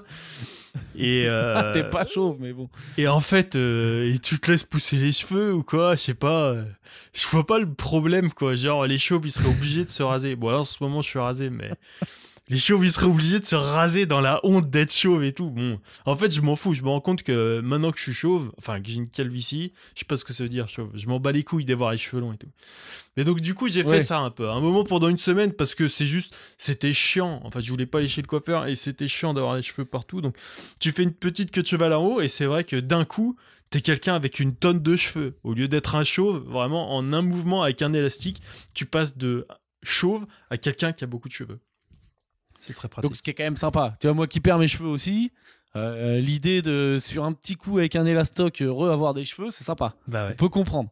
Et euh, Ah, t'es pas chauve, mais bon. et en fait euh, et tu te laisses pousser les cheveux ou quoi, je sais pas. euh, Je vois pas le problème, quoi. Genre les chauves ils seraient obligés de se raser. Bon là en ce moment je suis rasé, mais les chauves ils seraient obligés de se raser dans la honte d'être chauve et tout. Bon, en fait je m'en fous. Je me rends compte que maintenant que je suis chauve, enfin que j'ai une calvitie, je sais pas ce que ça veut dire chauve. Je m'en bats les couilles d'avoir les cheveux longs et tout. Mais donc du coup j'ai fait Ouais. ça un peu, un moment pendant une semaine parce que c'est juste, c'était chiant. En fait je voulais pas aller chez le coiffeur et c'était chiant d'avoir les cheveux partout. Donc tu fais une petite queue de cheval en haut et c'est vrai que d'un coup t'es quelqu'un avec une tonne de cheveux. Au lieu d'être un chauve, vraiment en un mouvement avec un élastique, tu passes de chauve à quelqu'un qui a beaucoup de cheveux. C'est très pratique. Donc, ce qui est quand même sympa. Tu vois, moi qui perds mes cheveux aussi, euh, l'idée de, sur un petit coup avec un élastoc, euh, re-avoir des cheveux, c'est sympa. Bah On ouais. peut comprendre.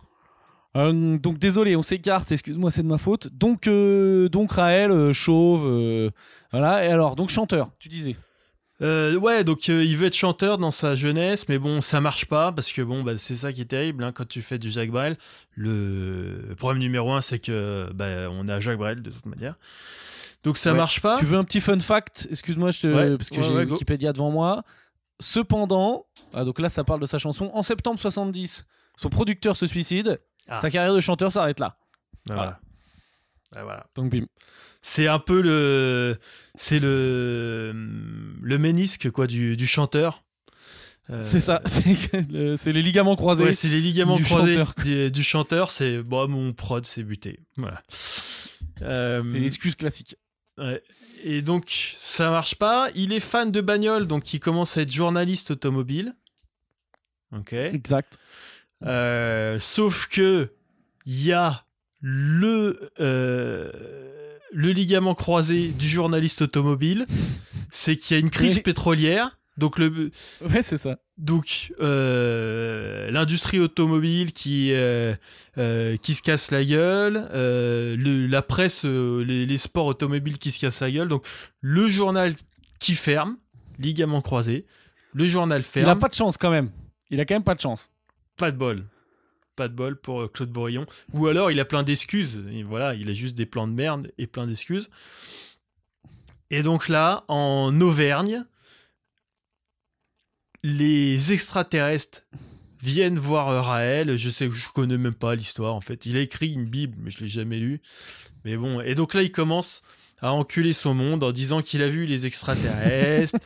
Euh, donc désolé, on s'écarte, excuse-moi, c'est de ma faute. Donc, euh, donc Raël, euh, chauve, euh, voilà. Et alors, donc chanteur, tu disais. Euh, ouais, donc euh, il veut être chanteur dans sa jeunesse, mais bon, ça marche pas parce que bon, bah, c'est ça qui est terrible hein, quand tu fais du Jacques Brel. Le problème numéro un, c'est que bah, on a Jacques Brel de toute manière, donc ça Ouais. marche pas. Tu veux un petit fun fact? Excuse-moi, je te... Ouais, parce que ouais, j'ai ouais, go. Wikipédia devant moi. Cependant, ah, donc là, ça parle de sa chanson. En septembre soixante-dix, son producteur se suicide. Ah. Sa carrière de chanteur s'arrête là. Bah, voilà. Bah, voilà. Donc bim. C'est un peu le, c'est le, le ménisque quoi du, du chanteur. Euh, C'est ça, c'est le- c'est les ligaments croisés. Ouais, c'est les ligaments du croisés chanteur. du, du chanteur. C'est bon, mon prod, c'est buté. Voilà. Euh, C'est l'excuse classique. Ouais. Et donc, ça marche pas. Il est fan de bagnole, donc il commence à être journaliste automobile. Ok. Exact. Euh, sauf que il y a le euh, le ligament croisé du journaliste automobile, c'est qu'il y a une crise Oui. pétrolière. Donc, le, Ouais, c'est ça. donc euh, l'industrie automobile qui, euh, euh, qui se casse la gueule, euh, le, la presse, euh, les, les sports automobiles qui se cassent la gueule. Donc, le journal qui ferme, ligament croisé, le journal ferme. Il a pas de chance quand même. Il a quand même pas de chance. Pas de bol. Pas de bol pour euh, Claude Bourillon. Ou alors, il a plein d'excuses. Et voilà, il a juste des plans de merde et plein d'excuses. Et donc là, en Auvergne, les extraterrestres viennent voir Raël. Je sais que je connais même pas l'histoire en fait. Il a écrit une Bible, mais je l'ai jamais lue. Mais bon, et donc là il commence à enculer son monde en disant qu'il a vu les extraterrestres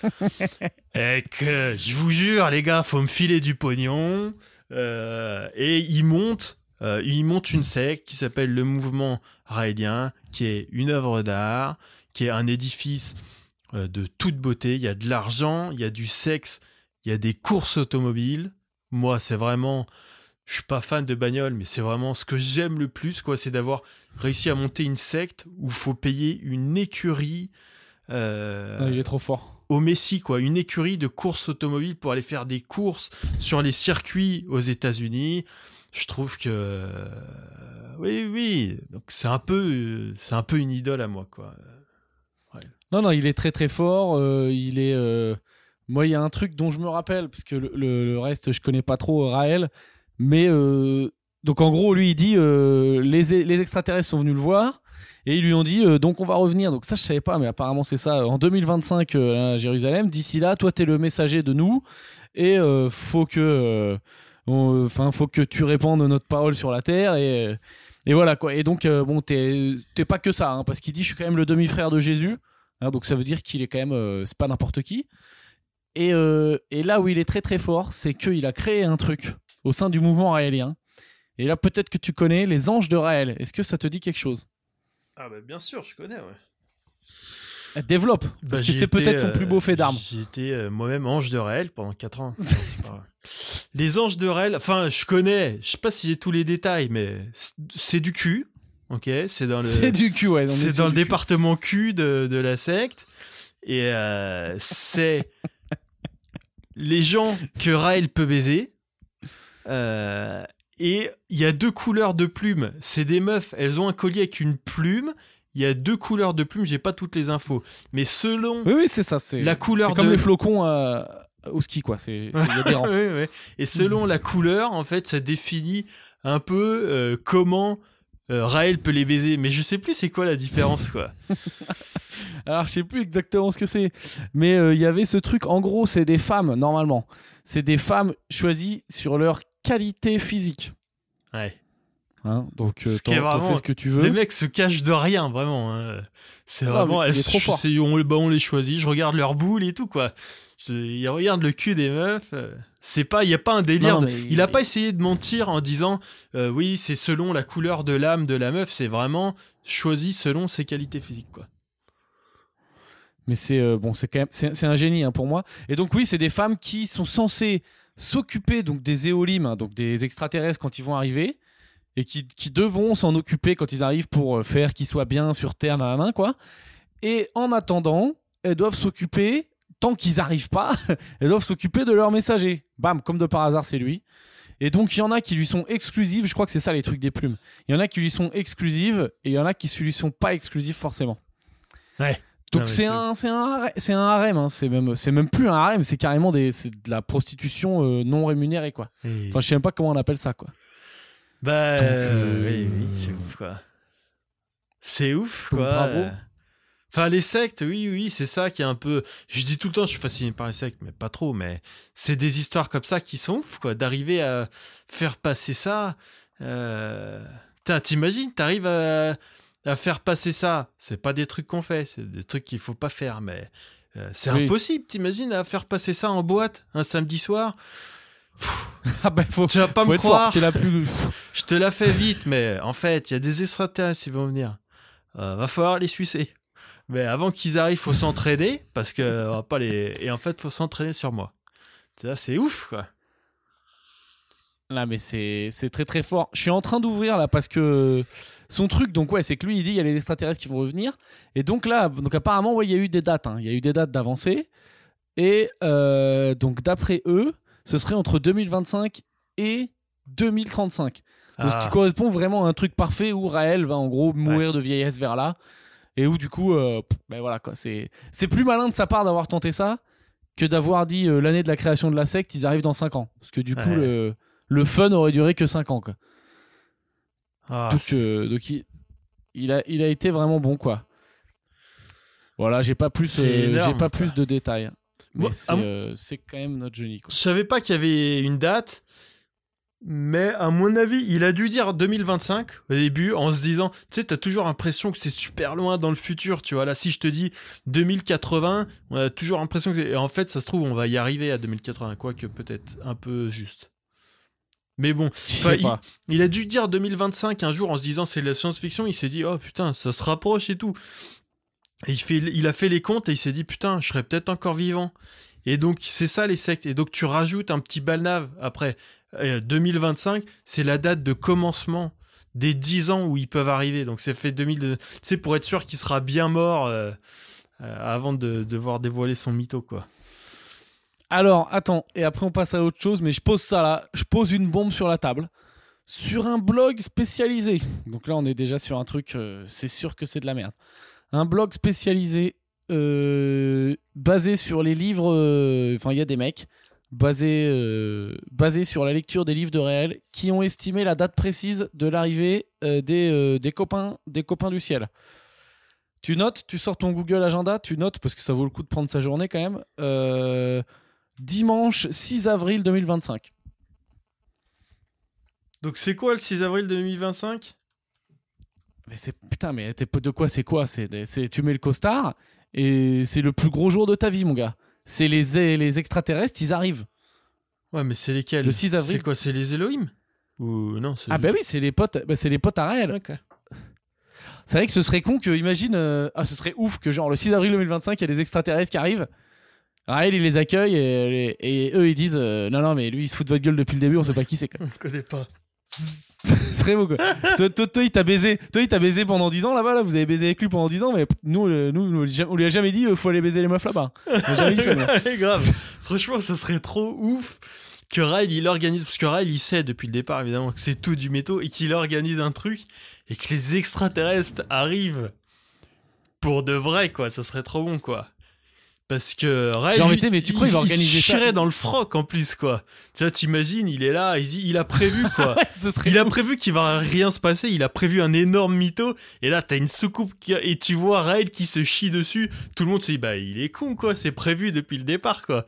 et que je vous jure les gars, faut me filer du pognon. Euh, et il monte, euh, il monte une secte qui s'appelle le Mouvement Raélien, qui est une œuvre d'art, qui est un édifice euh, de toute beauté. Il y a de l'argent, il y a du sexe. Il y a des courses automobiles. Moi, c'est vraiment... Je suis pas fan de bagnole, mais c'est vraiment ce que j'aime le plus, quoi. C'est d'avoir réussi à monter une secte où il faut payer une écurie... Euh, Non, il est trop fort. au Messie, quoi. Une écurie de courses automobiles pour aller faire des courses sur les circuits aux États-Unis. Je trouve que... euh, oui, oui. Donc, c'est un peu, c'est un peu une idole à moi, quoi. Ouais. Non, non, il est très très fort. euh, il est... euh, Moi, il y a un truc dont je me rappelle, parce que le, le- le reste, je connais pas trop euh, Raël. Mais euh, donc, en gros, lui, il dit euh, les, les extraterrestres sont venus le voir et ils lui ont dit euh, donc on va revenir. Donc, ça, je savais pas, mais apparemment, c'est ça. En deux mille vingt-cinq, euh, à Jérusalem, d'ici là, toi, t'es le messager de nous et euh, faut que. euh, on- Enfin, faut que tu répandes notre parole sur la terre et, et voilà quoi. Et donc, euh, bon, t'es t'es pas que ça, hein, parce qu'il dit je suis quand même le demi-frère de Jésus. Hein, donc, ça veut dire qu'il est quand même. euh, c'est pas n'importe qui. Et, euh, et là où il est très très fort, c'est qu'il a créé un truc au sein du mouvement raélien. Et là, peut-être que tu connais les anges de Raël. Est-ce que ça te dit quelque chose ? Ah bah bien sûr, je connais, ouais. Elle développe, parce Bah, que j'y c'est étais, peut-être son plus beau euh, fait d'armes. J'étais euh, moi-même ange de Raël pendant quatre ans. Non, c'est pas vrai. Les anges de Raël, enfin, je connais, je sais pas si j'ai tous les détails, mais c'est- c'est du cul, ok. C'est dans le, C'est du cul, ouais. on est c'est sur dans le du cul. département cul de, de la secte, et euh, c'est les gens que Raël peut baiser. Euh, et il y a deux couleurs de plumes. C'est des meufs, elles ont un collier avec une plume. Il y a deux couleurs de plumes, j'ai pas toutes les infos. Mais selon Oui, oui, c'est ça. C'est la couleur c'est comme de... les flocons euh, au ski, quoi. C'est c'est- il y a des rangs. Ouais, ouais. Et selon la couleur, en fait, ça définit un peu euh, comment euh, Raël peut les baiser. Mais je sais plus c'est quoi la différence, quoi. Alors, je sais plus exactement ce que c'est, mais euh, il y avait ce truc. En gros, c'est des femmes, normalement. C'est des femmes choisies sur leur qualité physique. Ouais. Hein, donc, euh, Ce qui est t'en t'en vraiment- fais ce que tu veux. Les mecs se cachent de rien, vraiment. Hein. C'est Ah, vraiment... mais il est elles- trop fort. c'est- on, bah, on les choisit, je regarde leurs boules et tout, quoi. Je, ils regardent le cul des meufs. euh, C'est pas... Il y a pas un délire... Non, de- mais- Il a pas essayé de mentir en disant euh, oui, c'est selon la couleur de l'âme de la meuf. C'est vraiment choisi selon ses qualités physiques, quoi. Mais c'est euh, bon, c'est quand même c'est c'est un génie, hein, pour moi. Et donc oui, c'est des femmes qui sont censées s'occuper donc des éolimes, hein, donc des extraterrestres quand ils vont arriver, et qui, qui devront s'en occuper quand ils arrivent pour euh, faire qu'ils soient bien sur Terre, nanana, quoi. Et en attendant, elles doivent s'occuper, tant qu'ils n'arrivent pas, elles doivent s'occuper de leur messager. Bam, comme de par hasard, c'est lui. Et donc, il y en a qui lui sont exclusives. Je crois que c'est ça les trucs des plumes. Il y en a qui lui sont exclusives et il y en a qui ne lui sont pas exclusives forcément. Ouais. Donc Non, mais c'est c'est- un, c'est un, harem- c'est un harem. Hein. C'est même, c'est même plus un harem. C'est carrément des, c'est de la prostitution euh, non rémunérée, quoi. Et- Enfin, je sais même pas comment on appelle ça, quoi. Bah, Donc, euh, euh, oui, oui, c'est ouf, quoi. C'est ouf, Donc, quoi. bravo. Euh, Enfin, les sectes, oui, oui, c'est ça qui est un peu... Je dis tout le temps, je suis fasciné par les sectes, mais pas trop, mais c'est des histoires comme ça qui sont ouf, quoi. D'arriver à faire passer ça... Euh... Putain, t'imagines, t'arrives à... à faire passer ça. C'est pas des trucs qu'on fait, c'est des trucs qu'il faut pas faire, mais... euh, c'est Oui. impossible, t'imagines, à faire passer ça en boîte, un samedi soir. Ah ben, faut, Tu vas pas faut me être fort. croire. C'est la plus... Je te la fais vite, mais en fait, il y a des extraterrestres qui vont venir. Euh, va falloir les sucer. Mais avant qu'ils arrivent, faut s'entraîner, parce que on va pas les. Et en fait, faut s'entraîner sur moi. Ça, c'est ouf, quoi. Là, mais c'est, c'est très très fort. Je suis en train d'ouvrir là parce que son truc, donc ouais, c'est que lui il dit il y a les extraterrestres qui vont revenir. Et donc là, donc apparemment, ouais, il y a eu des dates. hein. Il y a eu des dates d'avancée. Et euh, donc d'après eux, ce serait entre deux mille vingt-cinq et deux mille trente-cinq. Donc, Ah. ce qui correspond vraiment à un truc parfait où Raël va en gros mourir de vieillesse vers là. Et où du coup, euh, pff, ben voilà quoi. C'est, c'est plus malin de sa part d'avoir tenté ça que d'avoir dit euh, l'année de la création de la secte, ils arrivent dans cinq ans. Parce que du coup, Ouais. le, le fun aurait duré que cinq ans. Quoi. Ah, donc c'est- euh, donc il, il, a, il a été vraiment bon quoi. Voilà, j'ai pas plus, C'est euh, énorme, j'ai pas quoi. plus de détails. Mais Moi, c'est, à mon- euh, c'est quand même notre génie. Quoi. Je savais pas qu'il y avait une date, mais à mon avis, il a dû dire deux mille vingt-cinq au début en se disant, tu sais, t'as toujours l'impression que c'est super loin dans le futur, tu vois. Là, si je te dis deux mille quatre-vingts, on a toujours l'impression que... Et en fait, ça se trouve, on va y arriver à deux mille quatre-vingts, quoique peut-être un peu juste. Mais bon, Je enfin, sais il, pas. il a dû dire deux mille vingt-cinq un jour en se disant c'est de la science-fiction, il s'est dit, oh putain, ça se rapproche et tout. Et il, fait, il a fait les comptes et il s'est dit, putain, je serais peut-être encore vivant. Et donc, c'est ça les sectes. Et donc, tu rajoutes un petit balnave après. Euh, deux mille vingt-cinq, c'est la date de commencement des dix ans où ils peuvent arriver. Donc, ça fait deux mille... Tu sais, pour être sûr qu'il sera bien mort euh, euh, avant de devoir dévoiler son mytho, quoi. Alors, attends, et après on passe à autre chose, mais je pose ça là, je pose une bombe sur la table, sur un blog spécialisé. Donc là, on est déjà sur un truc, euh, c'est sûr que c'est de la merde. Un blog spécialisé, euh, basé sur les livres, enfin, euh, il y a des mecs, basés, euh, basés sur la lecture des livres de réel, qui ont estimé la date précise de l'arrivée euh, des, euh, des, copains, des copains du ciel. Tu notes, tu sors ton Google Agenda, tu notes, parce que ça vaut le coup de prendre sa journée quand même. Euh, Dimanche six avril deux mille vingt-cinq. Donc, c'est quoi le six avril deux mille vingt-cinq ? Mais c'est putain, mais t'es de quoi c'est quoi c'est, c'est tu mets le costard et c'est le plus gros jour de ta vie, mon gars. C'est les les extraterrestres, ils arrivent. Ouais, mais c'est lesquels ? Le six avril. C'est quoi ? C'est les Elohim ? Ou non c'est Ah juste... bah oui, c'est les potes, bah c'est les potes à Raël. Ok. C'est vrai que ce serait con que imagine euh, ah ce serait ouf que genre le six avril deux mille vingt-cinq, il y a des extraterrestres qui arrivent. Raël il les accueille et, et, et eux ils disent euh, non non mais lui il se fout de votre gueule depuis le début, on sait pas qui c'est quoi. On ne connaît pas. C'est très beau quoi. toi, toi, toi, il t'a baisé. Toi, il t'a baisé pendant dix ans là-bas. Là, vous avez baisé avec lui pendant dix ans, mais nous, euh, nous, on lui a jamais dit euh, faut aller baiser les meufs là-bas. On a jamais dit ça. nous. Ouais, grave. Franchement, ça serait trop ouf que Ryle il organise, parce que Ryle il sait depuis le départ évidemment que c'est tout du métaux et qu'il organise un truc et que les extraterrestres arrivent pour de vrai quoi. Ça serait trop bon quoi. Parce que Ray, Genre, mais lui, tu sais, mais tu crois il va organiser il ça chierait dans le froc en plus quoi. Tu vois, t'imagines, il est là, il, il a prévu quoi. Ouais, ce serait Il a ouf. prévu qu'il va rien se passer, il a prévu un énorme mytho, et là t'as une soucoupe qui a- et tu vois Raël qui se chie dessus, tout le monde se dit bah il est con quoi, c'est prévu depuis le départ quoi.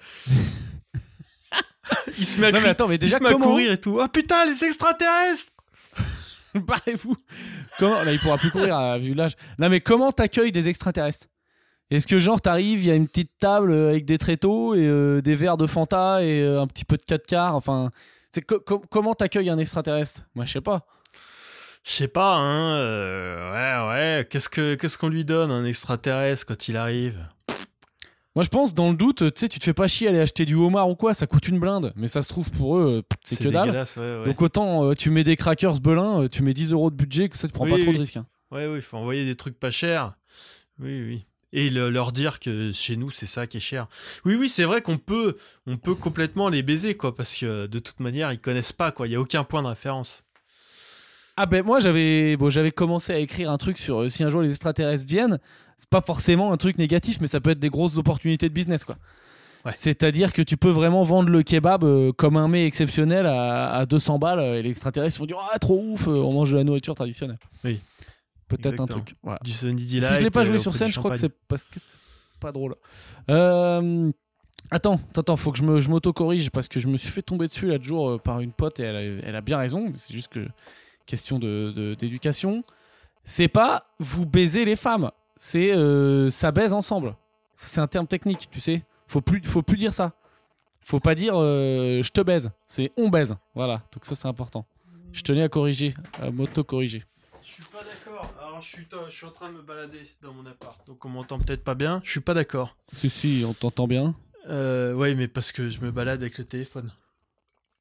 Il se met à, Non, mais cri- attends, mais il déjà, se met à comment courir et tout. Ah putain les extraterrestres. Barrez-vous. Comment là, il pourra plus courir à vu l'âge. Non, mais comment t'accueilles des extraterrestres? Est-ce que genre t'arrives, il y a une petite table avec des tréteaux et euh, des verres de Fanta et euh, un petit peu de quatre quarts, enfin, c'est co- co- comment t'accueilles un extraterrestre? Moi, je sais pas. Je sais pas hein, euh, ouais ouais, qu'est-ce que qu'est-ce qu'on lui donne un extraterrestre quand il arrive? Moi, je pense, dans le doute, tu sais, tu te fais pas chier à aller acheter du homard ou quoi, ça coûte une blinde. Mais ça se trouve pour eux, euh, c'est, que dalle. dégueulasse, ouais, ouais. Donc autant euh, tu mets des crackers belin, euh, tu mets dix euros de budget, que ça te prend Oui, pas trop oui. de risques. Hein. Ouais, oui, il faut envoyer des trucs pas chers. Oui, oui. Et le- leur dire que chez nous, c'est ça qui est cher. Oui, oui, c'est vrai qu'on peut, on peut complètement les baiser, quoi, parce que de toute manière, ils connaissent pas, quoi. Il y a aucun point de référence. Ah ben moi j'avais bon, j'avais commencé à écrire un truc sur euh, si un jour les extraterrestres viennent, c'est pas forcément un truc négatif mais ça peut être des grosses opportunités de business quoi. Ouais. C'est-à-dire que tu peux vraiment vendre le kebab euh, comme un mets exceptionnel à, à deux cents balles euh, et les extraterrestres vont dire ah trop ouf, euh, on mange de la nourriture traditionnelle. Oui. Peut-être Exactement. un truc. Voilà. Du Sunny Si Delight. je l'ai pas joué euh, sur au prix scène, du je crois que champagne. c'est parce que c'est pas drôle. Euh, Attends, attends, faut que je, me, je m'auto-corrige parce que je me suis fait tomber dessus l'autre jour euh, par une pote et elle a, elle a bien raison, mais c'est juste que question de, de- d'éducation. C'est pas vous baisez les femmes, c'est euh, ça baise ensemble. C'est un terme technique, tu sais. Faut plus, faut plus dire ça. Faut pas dire euh, je te baise, c'est on baise. Voilà, donc ça c'est important. Je tenais à corriger, à m'auto-corriger. Je suis pas d'accord. Alors, je suis, je suis en train de me balader dans mon appart. Donc, on m'entend peut-être pas bien. Je suis pas d'accord. Si, si, on t'entend bien. Euh, ouais, mais parce que je me balade avec le téléphone.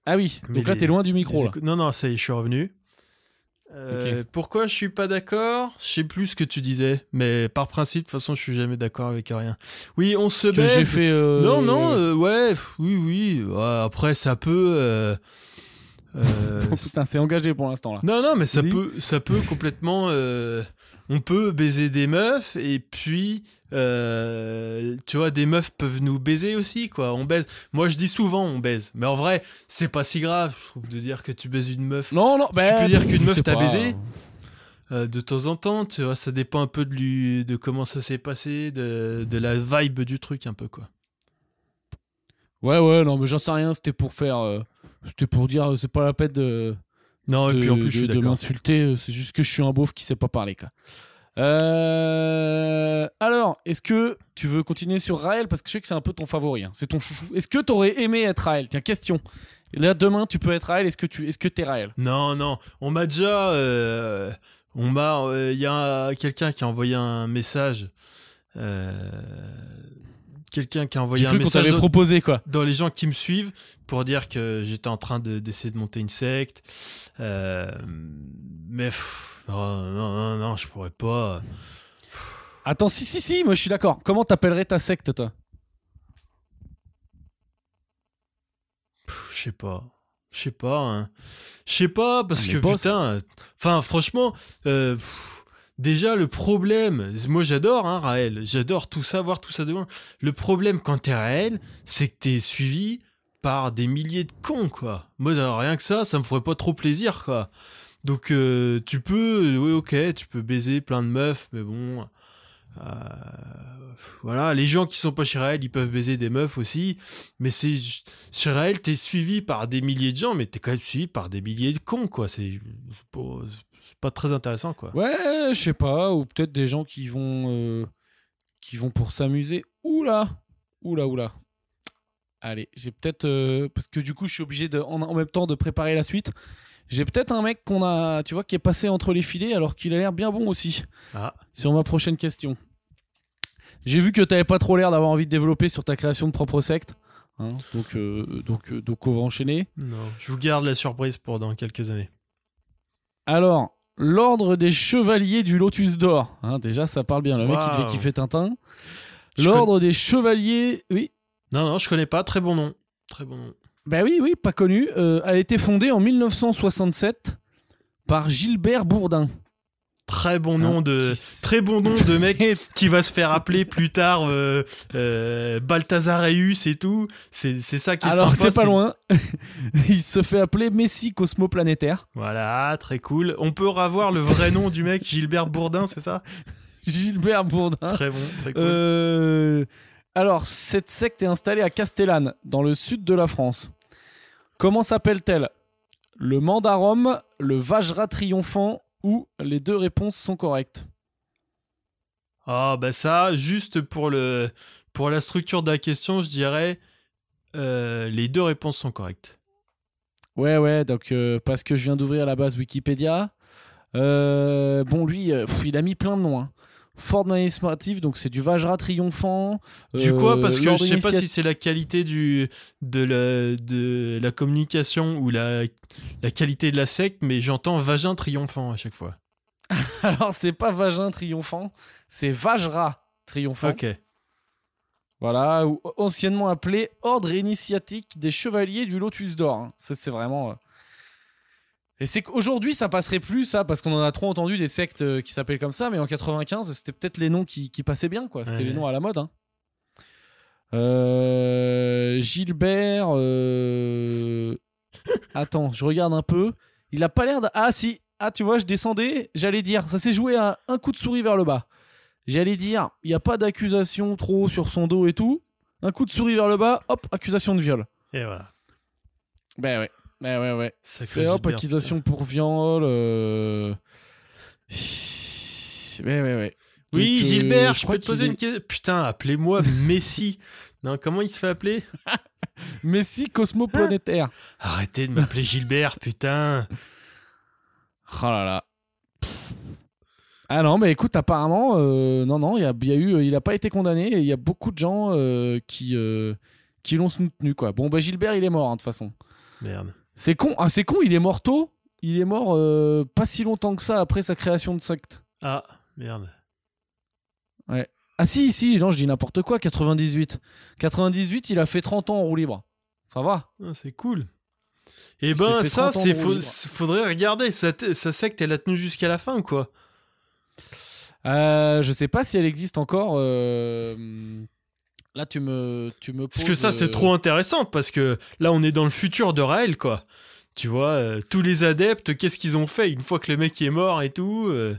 Ah oui, Mais donc là, les- t'es loin du micro, les là. éco- Non, non, ça y est, je suis revenu. Euh, Pourquoi je suis pas d'accord? Je sais plus ce que tu disais, mais par principe, de toute façon, je suis jamais d'accord avec rien. Oui, on se Que j'ai baise. fait... euh, Non, non, euh, ouais, f- oui, oui. Ouais, après, ça peut. euh, euh, Oh, putain, c'est engagé pour l'instant, là. Non, non, mais ça Vas-y. peut, ça peut complètement. euh, On peut baiser des meufs et puis, euh, tu vois, des meufs peuvent nous baiser aussi, quoi. On baise. Moi, je dis souvent, on baise, mais en vrai, c'est pas si grave, je trouve, de dire que tu baises une meuf. Non, non, bah, peux dire qu'une je meuf sais t'a pas. baisé Euh, de temps en temps, tu vois, ça dépend un peu de, lui, de comment ça s'est passé, de, de la vibe du truc, un peu, quoi. Ouais, ouais, non, mais j'en sais rien, c'était pour faire... euh, C'était pour dire, euh, c'est pas la peine de... Non, de, et puis en plus, je suis de- de d'accord. m'insulter, euh, c'est juste que je suis un beauf qui sait pas parler, quoi. Euh, Alors, est-ce que tu veux continuer sur Raël? Parce que je sais que c'est un peu ton favori, hein. C'est ton chouchou. Est-ce que t'aurais aimé être Raël? Tiens, question. Et là, demain, tu peux être Raël. Est-ce que tu est-ce que t'es Raël? Non, non, on m'a déjà... euh, on m'a... Il y a quelqu'un qui a envoyé un message... euh, quelqu'un qui a envoyé J'ai un cru qu'on message t'avait dans, proposé, quoi. dans les gens qui me suivent pour dire que j'étais en train de, d'essayer de monter une secte. Euh, mais... pff, non, non, non, non, je pourrais pas... Attends, si, si, si, moi je suis d'accord. Comment t'appellerais ta secte, toi? Pff, Je sais pas. Je sais pas. hein. Je sais pas, parce Les que boss. putain. Enfin, franchement, euh, pff, déjà, le problème. Moi, j'adore, hein, Raël. J'adore tout ça, voir tout ça devant. Le problème, quand t'es Raël, c'est que t'es suivi par des milliers de cons, quoi. Moi, alors, rien que ça, ça me ferait pas trop plaisir, quoi. Donc, euh, tu peux. Oui, ok, tu peux baiser plein de meufs, mais bon. Euh, voilà, les gens qui sont pas chez Raël, ils peuvent baiser des meufs aussi, mais c'est chez Raël, t'es suivi par des milliers de gens, mais t'es quand même suivi par des milliers de cons, quoi. C'est c'est pas, c'est pas très intéressant, quoi. Ouais, je sais pas. Ou peut-être des gens qui vont, euh, qui vont pour s'amuser. Oula, oula, oula. Allez, j'ai peut-être... euh, parce que du coup, je suis obligé de, en, en même temps de préparer la suite. J'ai peut-être un mec qu'on a, tu vois, qui est passé entre les filets alors qu'il a l'air bien bon aussi. Ah, Sur ma prochaine question. J'ai vu que t'avais pas trop l'air d'avoir envie de développer sur ta création de propre secte. Hein, donc, euh, donc, euh, donc, on va enchaîner. non, je vous garde la surprise pour dans quelques années. Alors, l'ordre des chevaliers du Lotus d'Or. Hein, déjà, ça parle bien. Le mec, il devait Waouh. kiffer Tintin. Je L'ordre des chevaliers... Oui. Non, non, je connais pas, très bon nom. Très bon nom. Bah oui, oui, pas connu. Euh, a été fondé en mille neuf cent soixante-sept par Gilbert Bourdin. Très bon nom Hein, de... qui- Très bon nom de mec qui va se faire appeler plus tard euh, euh, Balthasareus et tout. C'est, c'est ça qui est Alors, sympa. c'est pas loin. Il se fait appeler Messie Cosmoplanétaire. Voilà, très cool. On peut revoir le vrai nom du mec, Gilbert Bourdin, c'est ça? Gilbert Bourdin. Très bon, très cool. Euh, Alors, cette secte est installée à Castellane, dans le sud de la France. Comment s'appelle-t-elle? Le Mandarum, le Vajra triomphant ou les deux réponses sont correctes? Ah, bah ça, juste pour, le, pour la structure de la question, je dirais euh, les deux réponses sont correctes. Ouais, ouais, donc euh, parce que je viens d'ouvrir la base Wikipédia. Euh, bon, lui, euh, pff, il a mis plein de noms. Hein. Ford administratif, donc c'est du Vajra triomphant. Du euh, quoi? Parce que je l'ordre sais pas initiatique- si c'est la qualité du, de, la, de la communication ou la, la qualité de la secte, mais j'entends vagin triomphant à chaque fois. Alors, c'est pas Vagin triomphant, c'est Vajra triomphant. Ok. Voilà, ou anciennement appelé Ordre initiatique des Chevaliers du Lotus d'Or. Hein. Ça, c'est vraiment... euh, Et c'est qu'aujourd'hui, ça passerait plus, ça, parce qu'on en a trop entendu des sectes euh, qui s'appellent comme ça, mais en quatre-vingt-quinze, c'était peut-être les noms qui, qui passaient bien, quoi. C'était Ouais. les noms à la mode. Hein. Euh, Gilbert... euh, Attends, je regarde un peu. Il a pas l'air de... Ah, si. Ah, tu vois, je descendais, j'allais dire, ça s'est joué à un coup de souris vers le bas. J'allais dire, il n'y a pas d'accusation trop sur son dos et tout. Un coup de souris vers le bas, hop, accusation de viol. Et voilà. Ben ouais, ben ouais, ouais. Sacré Fait hop, Gilbert, accusation pour viol. Euh... Ouais, ouais, ouais. Oui, Donc, euh, Gilbert, je je crois peux te poser qu'il une question. Putain, appelez-moi Messi. Non, comment il se fait appeler? Messi cosmoplanétaire. Arrêtez de m'appeler Gilbert, putain. Oh là là. Ah non, mais écoute, apparemment, euh, non, non, il y a, il y a eu, il a pas été condamné et il y a beaucoup de gens euh, qui, euh, qui l'ont soutenu, quoi. Bon, bah Gilbert, il est mort, hein, de toute façon. Merde. C'est con. Ah, c'est con, il est mort tôt. Il est mort euh, pas si longtemps que ça après sa création de secte. Ah, merde. Ouais. Ah si, si, non, je dis n'importe quoi, quatre-vingt-dix-huit. quatre-vingt-dix-huit, il a fait trente ans en roue libre. Ça va. Ah, c'est cool. Et Il ben s'est fait ça, trente ans c'est de roue faut, libre. faudrait regarder. Sa, t- sa secte, elle a tenu jusqu'à la fin ou quoi? Euh, je sais pas si elle existe encore. euh, Là, tu me, tu me Parce poses, que ça, c'est euh, trop intéressant, parce que là, on est dans le futur de Raël, quoi. Tu vois, euh, tous les adeptes, qu'est-ce qu'ils ont fait une fois que le mec est mort et tout euh...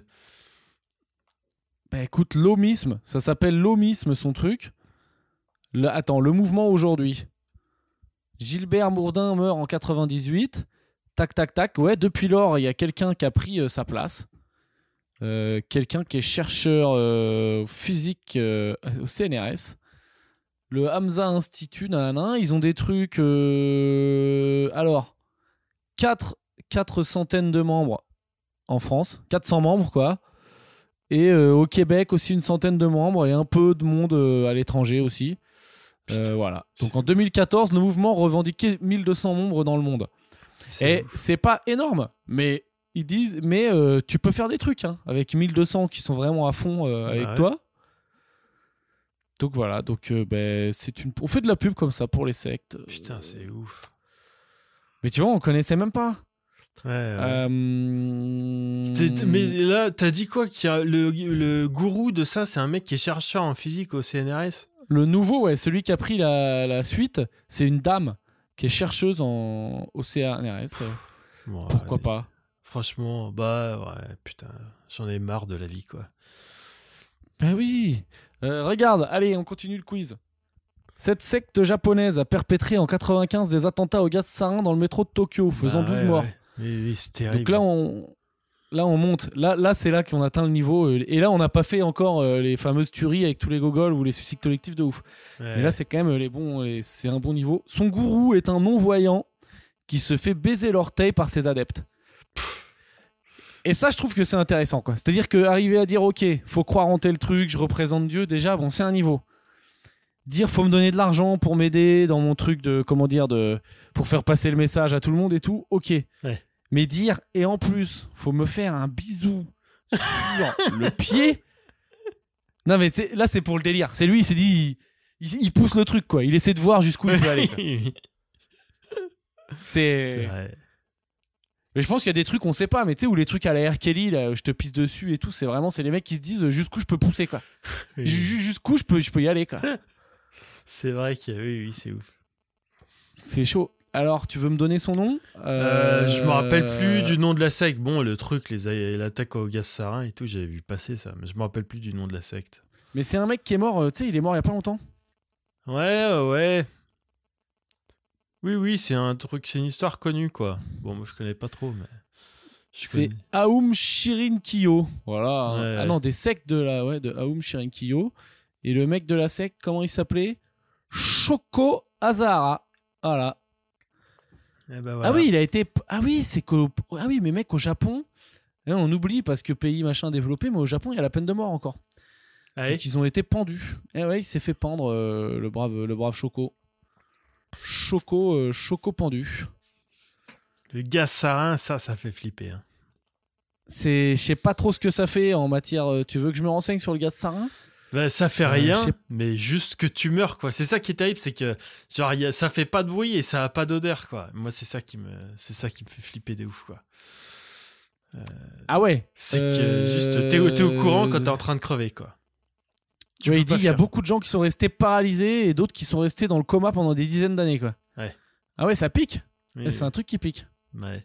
Bah écoute, l'homisme, ça s'appelle l'homisme son truc. Le- Attends, le mouvement aujourd'hui. Gilbert Mourdin meurt en quatre-vingt-dix-huit. Tac, tac, tac. Ouais, depuis lors, il y a quelqu'un qui a pris euh, sa place. Euh, quelqu'un qui est chercheur euh, physique euh, au C N R S. Le Hamza Institut, nanana. Ils ont des trucs... euh, Alors, quatre, quatre centaines de membres en France. quatre cents membres, quoi. Et euh, au Québec aussi une centaine de membres et un peu de monde euh, à l'étranger aussi. Euh, voilà. Donc en deux mille quatorze, le mouvement revendiquait mille deux cents membres dans le monde. C'est Et ouf. c'est pas énorme, mais ils disent, mais euh, tu peux faire des trucs hein, avec mille deux cents qui sont vraiment à fond euh, avec Bah ouais. toi. Donc voilà. Donc euh, ben c'est une, on fait de la pub comme ça pour les sectes. Putain, c'est ouf. Mais tu vois, on connaissait même pas. Ouais, ouais. Euh... T'es- t'es- Mais là, t'as dit quoi qu'il y a le, le gourou de ça, c'est un mec qui est chercheur en physique au C N R S. Le nouveau, ouais, celui qui a pris la, la suite, c'est une dame qui est chercheuse en, au C N R S. Bon, Pourquoi ouais, pas? Franchement, bah ouais, putain, j'en ai marre de la vie, quoi. Ben oui. Euh, regarde, allez, on continue le quiz. Cette secte japonaise a perpétré en quatre-vingt-quinze des attentats au gaz sarin dans le métro de Tokyo, faisant Bah douze ouais, morts. ouais. Oui, oui, c'est terrible. Donc là, on, là, on monte. Là, là c'est là qu'on atteint le niveau. euh, Et là, on n'a pas fait encore euh, les fameuses tueries avec tous les gogols ou les suicides collectifs de ouf. Ouais. Mais là, c'est quand même euh, les bons, les- c'est un bon niveau. Son gourou est un non-voyant qui se fait baiser l'orteil par ses adeptes. Et ça, je trouve que c'est intéressant, quoi. C'est-à-dire qu'arriver à dire, ok, faut croire en tel truc, je représente Dieu, déjà, bon, c'est un niveau. Dire, faut me donner de l'argent pour m'aider dans mon truc de, comment dire, de, pour faire passer le message à tout le monde et tout, ok. Ouais. Mais dire, et en plus, faut me faire un bisou sur le pied. Non, mais c'est- là, c'est pour le délire. C'est lui, il s'est dit, il, il pousse le truc, quoi. Il essaie de voir jusqu'où il peut aller, quoi. C'est C'est. vrai. Mais je pense qu'il y a des trucs qu'on sait pas, mais tu sais, où les trucs à la R. Kelly, là, je te pisse dessus et tout, c'est vraiment, c'est les mecs qui se disent euh, jusqu'où je peux pousser, quoi. Oui. Ju- Jusqu'où je peux, je peux y aller, quoi. C'est vrai qu'il y a... Oui, oui, c'est ouf. C'est chaud. Alors, tu veux me donner son nom? Euh, je me rappelle Euh, plus du nom de la secte. Bon, le truc, les l'attaque au gaz sarin et tout, j'avais vu passer ça, mais je me rappelle plus du nom de la secte. Mais c'est un mec qui est mort, euh, tu sais, il est mort il y a pas longtemps. Ouais, ouais. Oui, oui, c'est un truc, c'est une histoire connue, quoi. Bon, moi, je connais pas trop, mais... je C'est connais. Aum Shirin-Kyo. Voilà. hein. Ouais, Ah ouais. non, des sectes de la, ouais, de Aum Shirin-Kyo. Et le mec de la secte, comment il s'appelait? Shoko Azahara. Voilà. Eh ben, voilà. Ah oui, il a été. Ah oui, c'est que. Ah oui, mais mec, au Japon, hein, on oublie parce que pays machin développé, mais au Japon, il y a la peine de mort encore. Ah oui. Donc ils ont été pendus. Et ouais, il s'est fait pendre, euh, le brave, le brave Choco. Choco, euh, Choco pendu. Le gaz sarin, ça, ça fait flipper. Hein. C'est, je sais pas trop ce que ça fait en matière. euh, Tu veux que je me renseigne sur le gaz sarin? Bah, ça fait Euh, rien, je sais- mais juste que tu meurs, quoi. C'est ça qui est terrible, c'est que genre y a, ça fait pas de bruit et ça a pas d'odeur, quoi. Moi, c'est ça qui me, c'est ça qui me fait flipper de ouf, quoi. Ah ouais. C'est que Euh, juste t'es, au- t'es au courant quand t'es en train de crever, quoi. Tu Ouais, peux il dit pas il y a faire. beaucoup de gens qui sont restés paralysés et d'autres qui sont restés dans le coma pendant des dizaines d'années, quoi. Ouais. Ah ouais, ça pique. Oui, Et c'est un truc qui pique. ouais.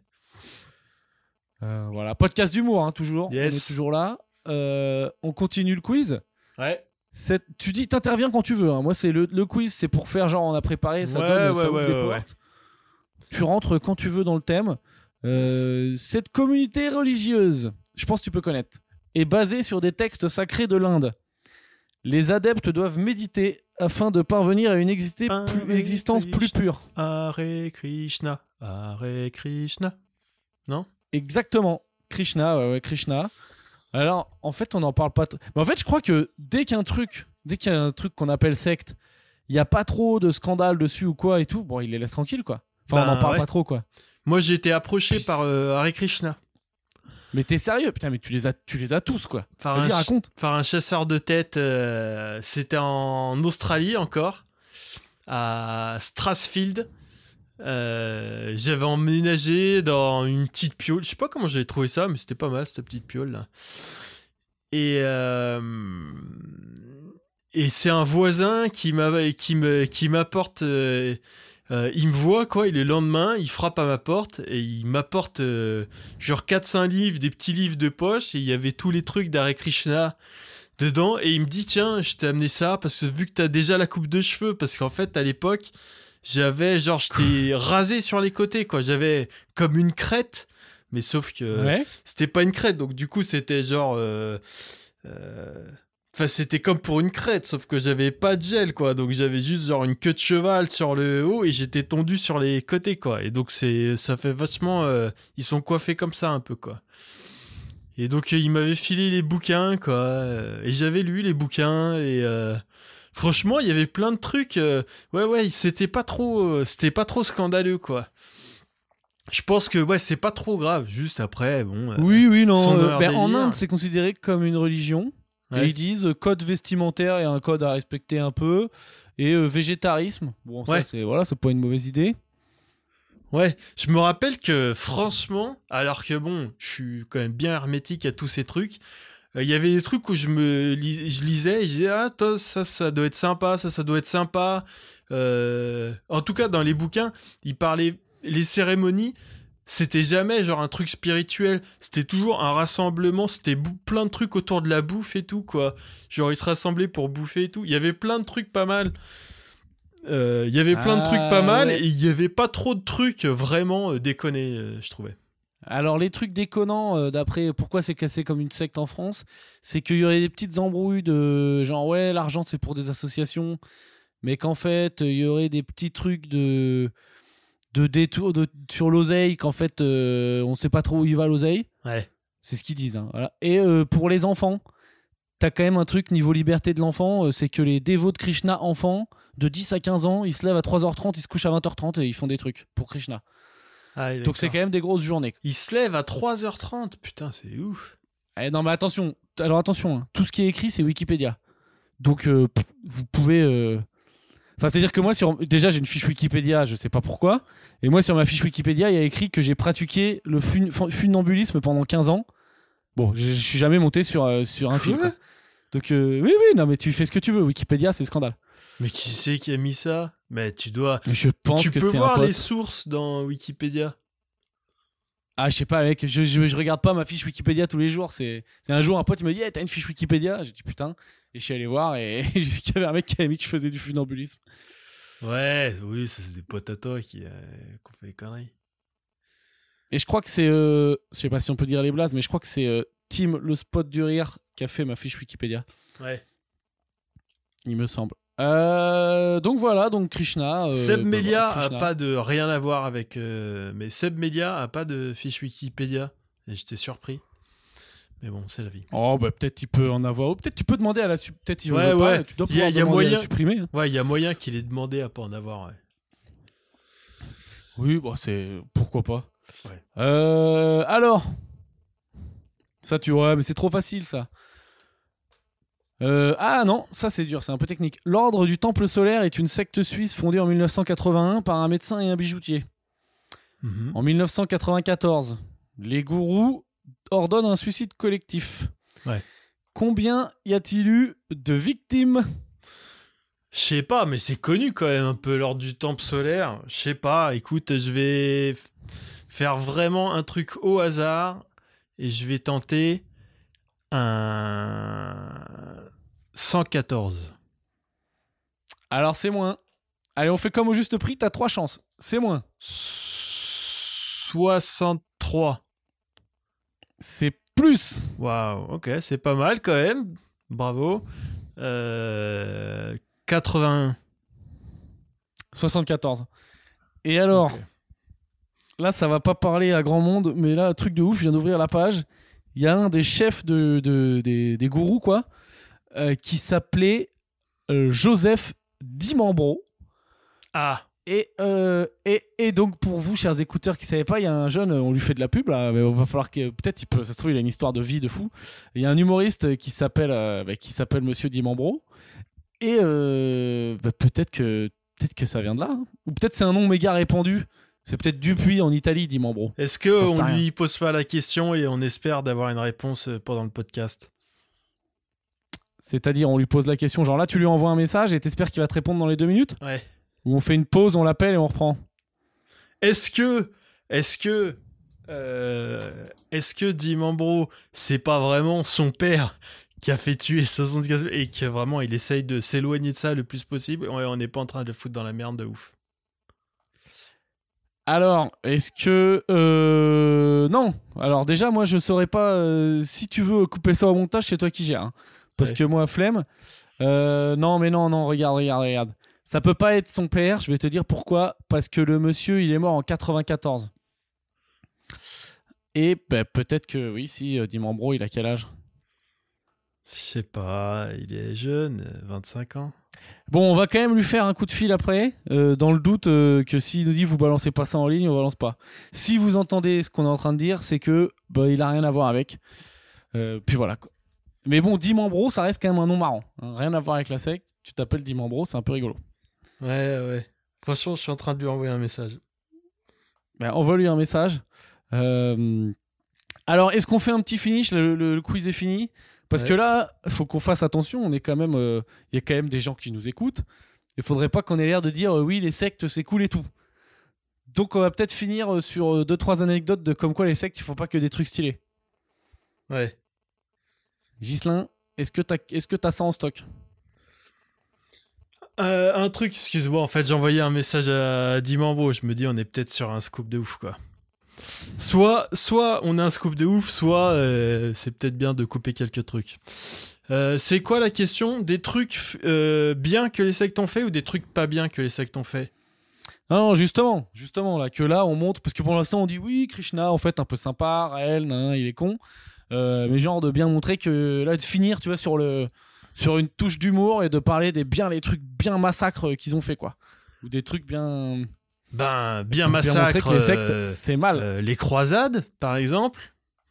Euh, voilà, podcast d'humour, hein, toujours. Yes. On est toujours là. Euh, on continue le quiz. Ouais. C'est- Tu dis, t'interviens quand tu veux. hein. Moi, c'est le, le quiz, c'est pour faire genre on a préparé, ça Ouais, donne, ouais, ça ouvre ouais, des ouais, portes. Tu rentres quand tu veux dans le thème. Euh, cette communauté religieuse, je pense que tu peux connaître, est basée sur des textes sacrés de l'Inde. Les adeptes doivent méditer afin de parvenir à une, exister Hare plus- une existence plus Krishna. pure. Hare Krishna, Hare Krishna. Non? Exactement. Krishna, ouais, ouais, Krishna. Alors, en fait, on n'en parle pas. t- Mais en fait, je crois que dès qu'un truc, dès qu'il y a un truc qu'on appelle secte, il n'y a pas trop de scandale dessus ou quoi et tout, bon, il les laisse tranquilles, quoi. Enfin, on Ben, n'en parle ouais. pas trop, quoi. Moi, j'ai été approché Puis- par euh, Hare Krishna. Mais t'es sérieux? Putain, mais tu les as, tu les as tous, quoi. Par Vas-y, un, raconte. par un chasseur de tête. euh, C'était en Australie encore, à Strathfield. Euh, j'avais emménagé dans une petite piole. Je sais pas comment j'avais trouvé ça, mais c'était pas mal cette petite piole là. Et euh, et c'est un voisin qui m'a qui me qui m'apporte. euh, euh, il me voit quoi. Et le lendemain, il frappe à ma porte et il m'apporte euh, genre quatre cinq livres, des petits livres de poche. Et il y avait tous les trucs d'Hare Krishna dedans. Et il me dit tiens, je t'ai amené ça parce que vu que t'as déjà la coupe de cheveux, parce qu'en fait à l'époque j'avais genre j'étais rasé sur les côtés quoi. J'avais comme une crête, mais sauf que Ouais. c'était pas une crête, donc du coup c'était genre euh, euh, enfin c'était comme pour une crête, sauf que j'avais pas de gel quoi, donc j'avais juste genre une queue de cheval sur le haut et j'étais tondu sur les côtés quoi, et donc c'est ça fait vachement euh, ils sont coiffés comme ça un peu quoi. Et donc euh, il m'avait filé les bouquins quoi, euh, et j'avais lu les bouquins et euh, franchement il y avait plein de trucs euh, ouais ouais c'était pas trop euh, c'était pas trop scandaleux quoi. Je pense que ouais c'est pas trop grave, juste après bon euh, Oui, oui, non. son euh, leur ben, en délire. Inde, c'est considéré comme une religion. Et Ouais. ils disent euh, code vestimentaire et un code à respecter un peu. Et euh, végétarisme. Bon, ça, Ouais. c'est voilà, c'est pas une mauvaise idée. Ouais, je me rappelle que franchement, alors que bon, je suis quand même bien hermétique à tous ces trucs, euh, il y avait des trucs où je me lis- je lisais et je disais ah toi, ça ça doit être sympa, ça ça doit être sympa. Euh, en tout cas dans les bouquins, ils parlaient les cérémonies, c'était jamais genre un truc spirituel, c'était toujours un rassemblement, c'était bou- plein de trucs autour de la bouffe et tout quoi. Genre ils se rassemblaient pour bouffer et tout. Il y avait plein de trucs pas mal. Euh, Il y avait plein de trucs pas Ah, mal ouais. et il y avait pas trop de trucs vraiment euh, déconnés, euh, je trouvais. Alors, les trucs déconnants, euh, d'après pourquoi c'est cassé comme une secte en France, c'est qu'il y aurait des petites embrouilles de genre, ouais, l'argent c'est pour des associations, mais qu'en fait, il y aurait des petits trucs de, de détour de, sur l'oseille, qu'en fait, euh, on sait pas trop où il va l'oseille. Ouais. C'est ce qu'ils disent. Hein, voilà. Et euh, pour les enfants, t'as quand même un truc niveau liberté de l'enfant, euh, c'est que les dévots de Krishna enfants, de dix à quinze ans, ils se lèvent à trois heures trente, ils se couchent à vingt heures trente et ils font des trucs pour Krishna. Ah, Donc c'est quand même des grosses journées. Il se lève à trois heures trente, putain, c'est ouf. Eh, non mais attention, alors attention, hein, tout ce qui est écrit c'est Wikipédia. Donc euh, pff, vous pouvez... euh, Enfin c'est-à-dire que moi, sur... déjà j'ai une fiche Wikipédia, je sais pas pourquoi, et moi sur ma fiche Wikipédia il y a écrit que j'ai pratiqué le fun- fun- funambulisme pendant quinze ans. Bon, je je suis jamais monté sur, euh, sur un fil. Quoi Quoi. Donc euh, oui, oui, non mais tu fais ce que tu veux, Wikipédia c'est scandale. Mais qui c'est qui a mis ça? Mais tu dois. Je pense Tu que peux c'est un voir pote. les sources dans Wikipédia. Ah, je sais pas, mec, je, je, je regarde pas ma fiche Wikipédia tous les jours. C'est, c'est un jour, un pote il me dit, hey, t'as une fiche Wikipédia? J'ai dit, putain. Et je suis allé voir et j'ai vu qu'il y avait un mec qui avait mis que je faisais du funambulisme. Ouais, oui, ça, c'est des potes à toi qui, euh, qui ont fait des conneries. Et je crois que c'est, euh, je sais pas si on peut dire les blazes, mais je crois que c'est euh, Tim, le spot du rire, qui a fait ma fiche Wikipédia. Ouais. Il me semble. Euh, donc voilà, donc Krishna. Euh, Seb bah, Melia voilà, a Krishna. pas de rien à voir avec. euh, mais Seb Melia a pas de fiche Wikipédia. Et j'étais surpris. Mais bon, c'est la vie. Oh, bah peut-être il peut en avoir. Ou peut-être tu peux demander à la. Su- peut-être il Ouais, veut pas. ouais. Tu dois Il y a- pouvoir il y a demander à moyen- la supprimer. hein. Ouais, il y a moyen qu'il ait demandé à pas en avoir. Ouais. Oui, bah c'est. Pourquoi pas. Ouais. Euh, alors. Ça, tu vois, mais c'est trop facile ça. Euh, ah non, ça c'est dur, c'est un peu technique. L'ordre du Temple solaire est une secte suisse fondée en mille neuf cent quatre-vingt-un par un médecin et un bijoutier. Mhm. En mille neuf cent quatre-vingt-quatorze, les gourous ordonnent un suicide collectif. Ouais. Combien y a-t-il eu de victimes? Je sais pas, mais c'est connu quand même un peu lors du temple solaire. Je sais pas, écoute, je vais f- faire vraiment un truc au hasard et je vais tenter un cent quatorze. Alors c'est moins. Allez, on fait comme au juste prix, t'as trois chances. C'est moins. soixante-trois. C'est plus. Waouh, ok, c'est pas mal quand même. Bravo. Euh, quatre-vingt-un. soixante-quatorze. Et alors, Ok. là, ça va pas parler à grand monde, mais là, truc de ouf, je viens d'ouvrir la page. Il y a un des chefs de, de- des, des gourous, quoi, euh, qui s'appelait euh, Joseph Dimambro. Ah, Et, euh, et, et donc pour vous, chers écouteurs qui ne savaient pas, il y a un jeune, on lui fait de la pub là, mais il va falloir que peut-être il peut, ça se trouve il a une histoire de vie de fou. Il y a un humoriste qui s'appelle euh, bah, qui s'appelle Monsieur Dimambro et euh, bah, peut-être que peut-être que ça vient de là, hein. Ou peut-être c'est un nom méga répandu. C'est peut-être Dupuis en Italie, Dimambro. Est-ce que on lui pose pas la question et on espère d'avoir une réponse pendant le podcast? C'est-à-dire on lui pose la question, genre là tu lui envoies un message et t'espères qu'il va te répondre dans les deux minutes? Ouais. Ou on fait une pause, on l'appelle et on reprend. Est-ce que, est-ce que, euh, est-ce que Dimambro, c'est pas vraiment son père qui a fait tuer soixante-quinze et que vraiment il essaye de s'éloigner de ça le plus possible? Ouais, on n'est pas en train de le foutre dans la merde de ouf. Alors, est-ce que... Euh... Non. Alors déjà, moi, je saurais pas... Euh... Si tu veux couper ça au montage, c'est toi qui gères. Hein. Parce ouais. que moi, flemme. Euh... Non, mais non, non, regarde, regarde, regarde. Ça peut pas être son père, je vais te dire pourquoi. Parce que le monsieur, il est mort en quatre-vingt-quatorze. Et bah, peut-être que, oui, si, euh, Dimambro, il a quel âge? Je sais pas, il est jeune, vingt-cinq ans. Bon, on va quand même lui faire un coup de fil après, euh, dans le doute euh, que s'il nous dit vous balancez pas ça en ligne, on balance pas. Si vous entendez ce qu'on est en train de dire, c'est que bah, il a rien à voir avec. Euh, puis voilà, quoi. Mais bon, Dimambro, ça reste quand même un nom marrant. Hein. Rien à voir avec la secte, tu t'appelles Dimambro, c'est un peu rigolo. Ouais, ouais. Franchement, je suis en train de lui envoyer un message. Ben, envoie-lui un message. Euh... Alors, est-ce qu'on fait un petit finish? Le, le, le quiz est fini. Parce ouais. que là, il faut qu'on fasse attention. On est quand même, il euh, y a quand même des gens qui nous écoutent. Il faudrait pas qu'on ait l'air de dire euh, oui, les sectes, c'est cool et tout. Donc, on va peut-être finir sur deux, trois anecdotes de comme quoi les sectes, il faut pas que des trucs stylés. Ouais. Ghislain, est-ce que t'as, est-ce que t'as ça en stock? Euh, un truc, excuse-moi, en fait, j'ai envoyé un message à Dimambro. Je me dis, on est peut-être sur un scoop de ouf, quoi. Soit, soit on a un scoop de ouf, soit euh, c'est peut-être bien de couper quelques trucs. Euh, c'est quoi la question? Des trucs euh, bien que les sectes ont fait ou des trucs pas bien que les sectes ont fait? Non, justement, justement, là, que là, on montre, parce que pour l'instant, on dit oui, Krishna, en fait, un peu sympa, Raël, nan, il est con. Euh, mais genre de bien montrer que là, de finir, tu vois, sur le. Sur une touche d'humour et de parler des bien les trucs bien massacres qu'ils ont fait, quoi. Ou des trucs bien... Ben, bien massacres, que les sectes, euh, c'est mal. Euh, les croisades, par exemple.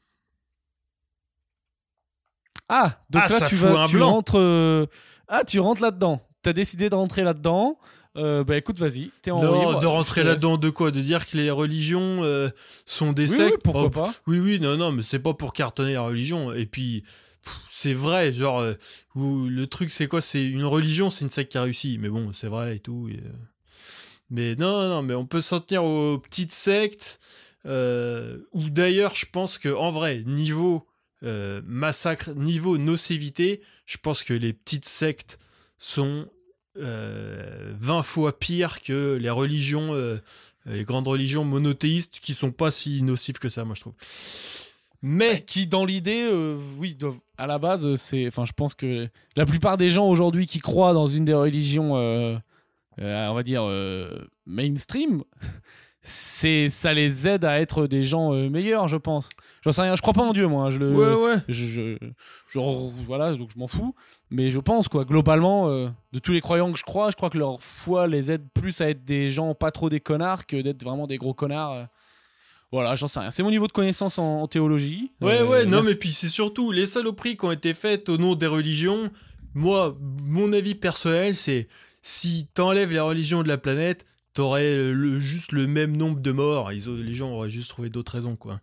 Ah, donc ah, là, ça tu, fout vas, un tu blanc. rentres... Euh... Ah, tu rentres là-dedans. T'as décidé de rentrer là-dedans. Euh, bah écoute, vas-y, t'es en Non, libre, de rentrer là-dedans de quoi? De dire que les religions euh, sont des oui, sectes? Oui, pourquoi oh, pas. Oui, oui, non, non, mais c'est pas pour cartonner la religion. Et puis... C'est vrai, genre, euh, où le truc c'est quoi? C'est une religion, c'est une secte qui a réussi. Mais bon, c'est vrai et tout. Et, euh... Mais non, non, mais on peut s'en tenir aux petites sectes. Euh, ou d'ailleurs, je pense que en vrai, niveau euh, massacre, niveau nocivité, je pense que les petites sectes sont euh, vingt fois pires que les religions, euh, les grandes religions monothéistes qui sont pas si nocives que ça, moi je trouve. Mais qui, dans l'idée, euh, oui, doivent, à la base, c'est, enfin, je pense que la plupart des gens aujourd'hui qui croient dans une des religions, euh, euh, on va dire euh, mainstream, c'est, ça les aide à être des gens euh, meilleurs, je pense. J'en sais rien, je crois pas en Dieu, moi. Hein, je le, ouais, ouais. Je, je, je, voilà, donc je m'en fous. Mais je pense, quoi, globalement, euh, de tous les croyants que je crois, je crois que leur foi les aide plus à être des gens pas trop des connards que d'être vraiment des gros connards. Euh. Voilà, j'en sais rien. C'est mon niveau de connaissance en, en théologie. Ouais, euh, ouais, non, merci. mais puis c'est surtout les saloperies qui ont été faites au nom des religions. Moi, mon avis personnel, c'est si t'enlèves les religions de la planète, t'aurais le, juste le même nombre de morts. Ils, les gens auraient juste trouvé d'autres raisons, quoi.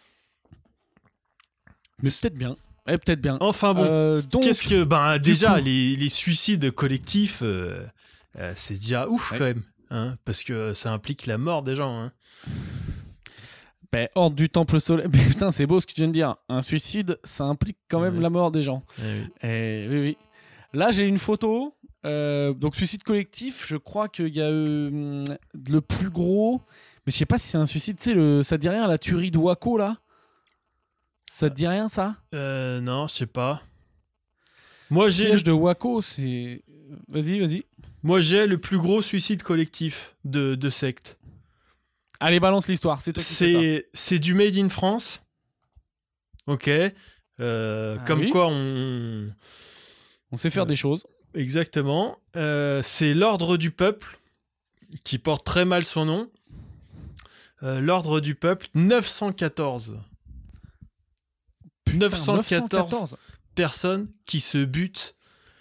Mais peut-être bien. Eh, peut-être bien. Enfin bon, euh, donc, qu'est-ce que... Ben, déjà, coup... les, les suicides collectifs, euh, euh, c'est déjà ouf, ouais. quand même. Hein, parce que ça implique la mort des gens, hein. Ben, hors du temple solaire. Putain, c'est beau ce que tu viens de dire. Un suicide, ça implique quand même oui. la mort des gens. Oui, Et, oui, oui. Là, j'ai une photo. Euh, donc, suicide collectif, je crois qu'il y a euh, le plus gros. Mais je sais pas si c'est un suicide. Tu sais, le... ça te dit rien, la tuerie de Waco, là? Ça te dit rien, ça? Euh, non, je sais pas. Moi, j'ai. Le siège de Waco, c'est. Vas-y, vas-y. Moi, j'ai le plus gros suicide collectif de, de secte. Allez, balance l'histoire, c'est toi qui c'est, fais ça. C'est du Made in France. Ok. Euh, ah, comme oui. quoi on... On sait faire euh, des choses. Exactement. Euh, c'est l'Ordre du Peuple qui porte très mal son nom. Euh, l'ordre du peuple, neuf cent quatorze. Putain, neuf cent quatorze, neuf cent quatorze personnes qui se butent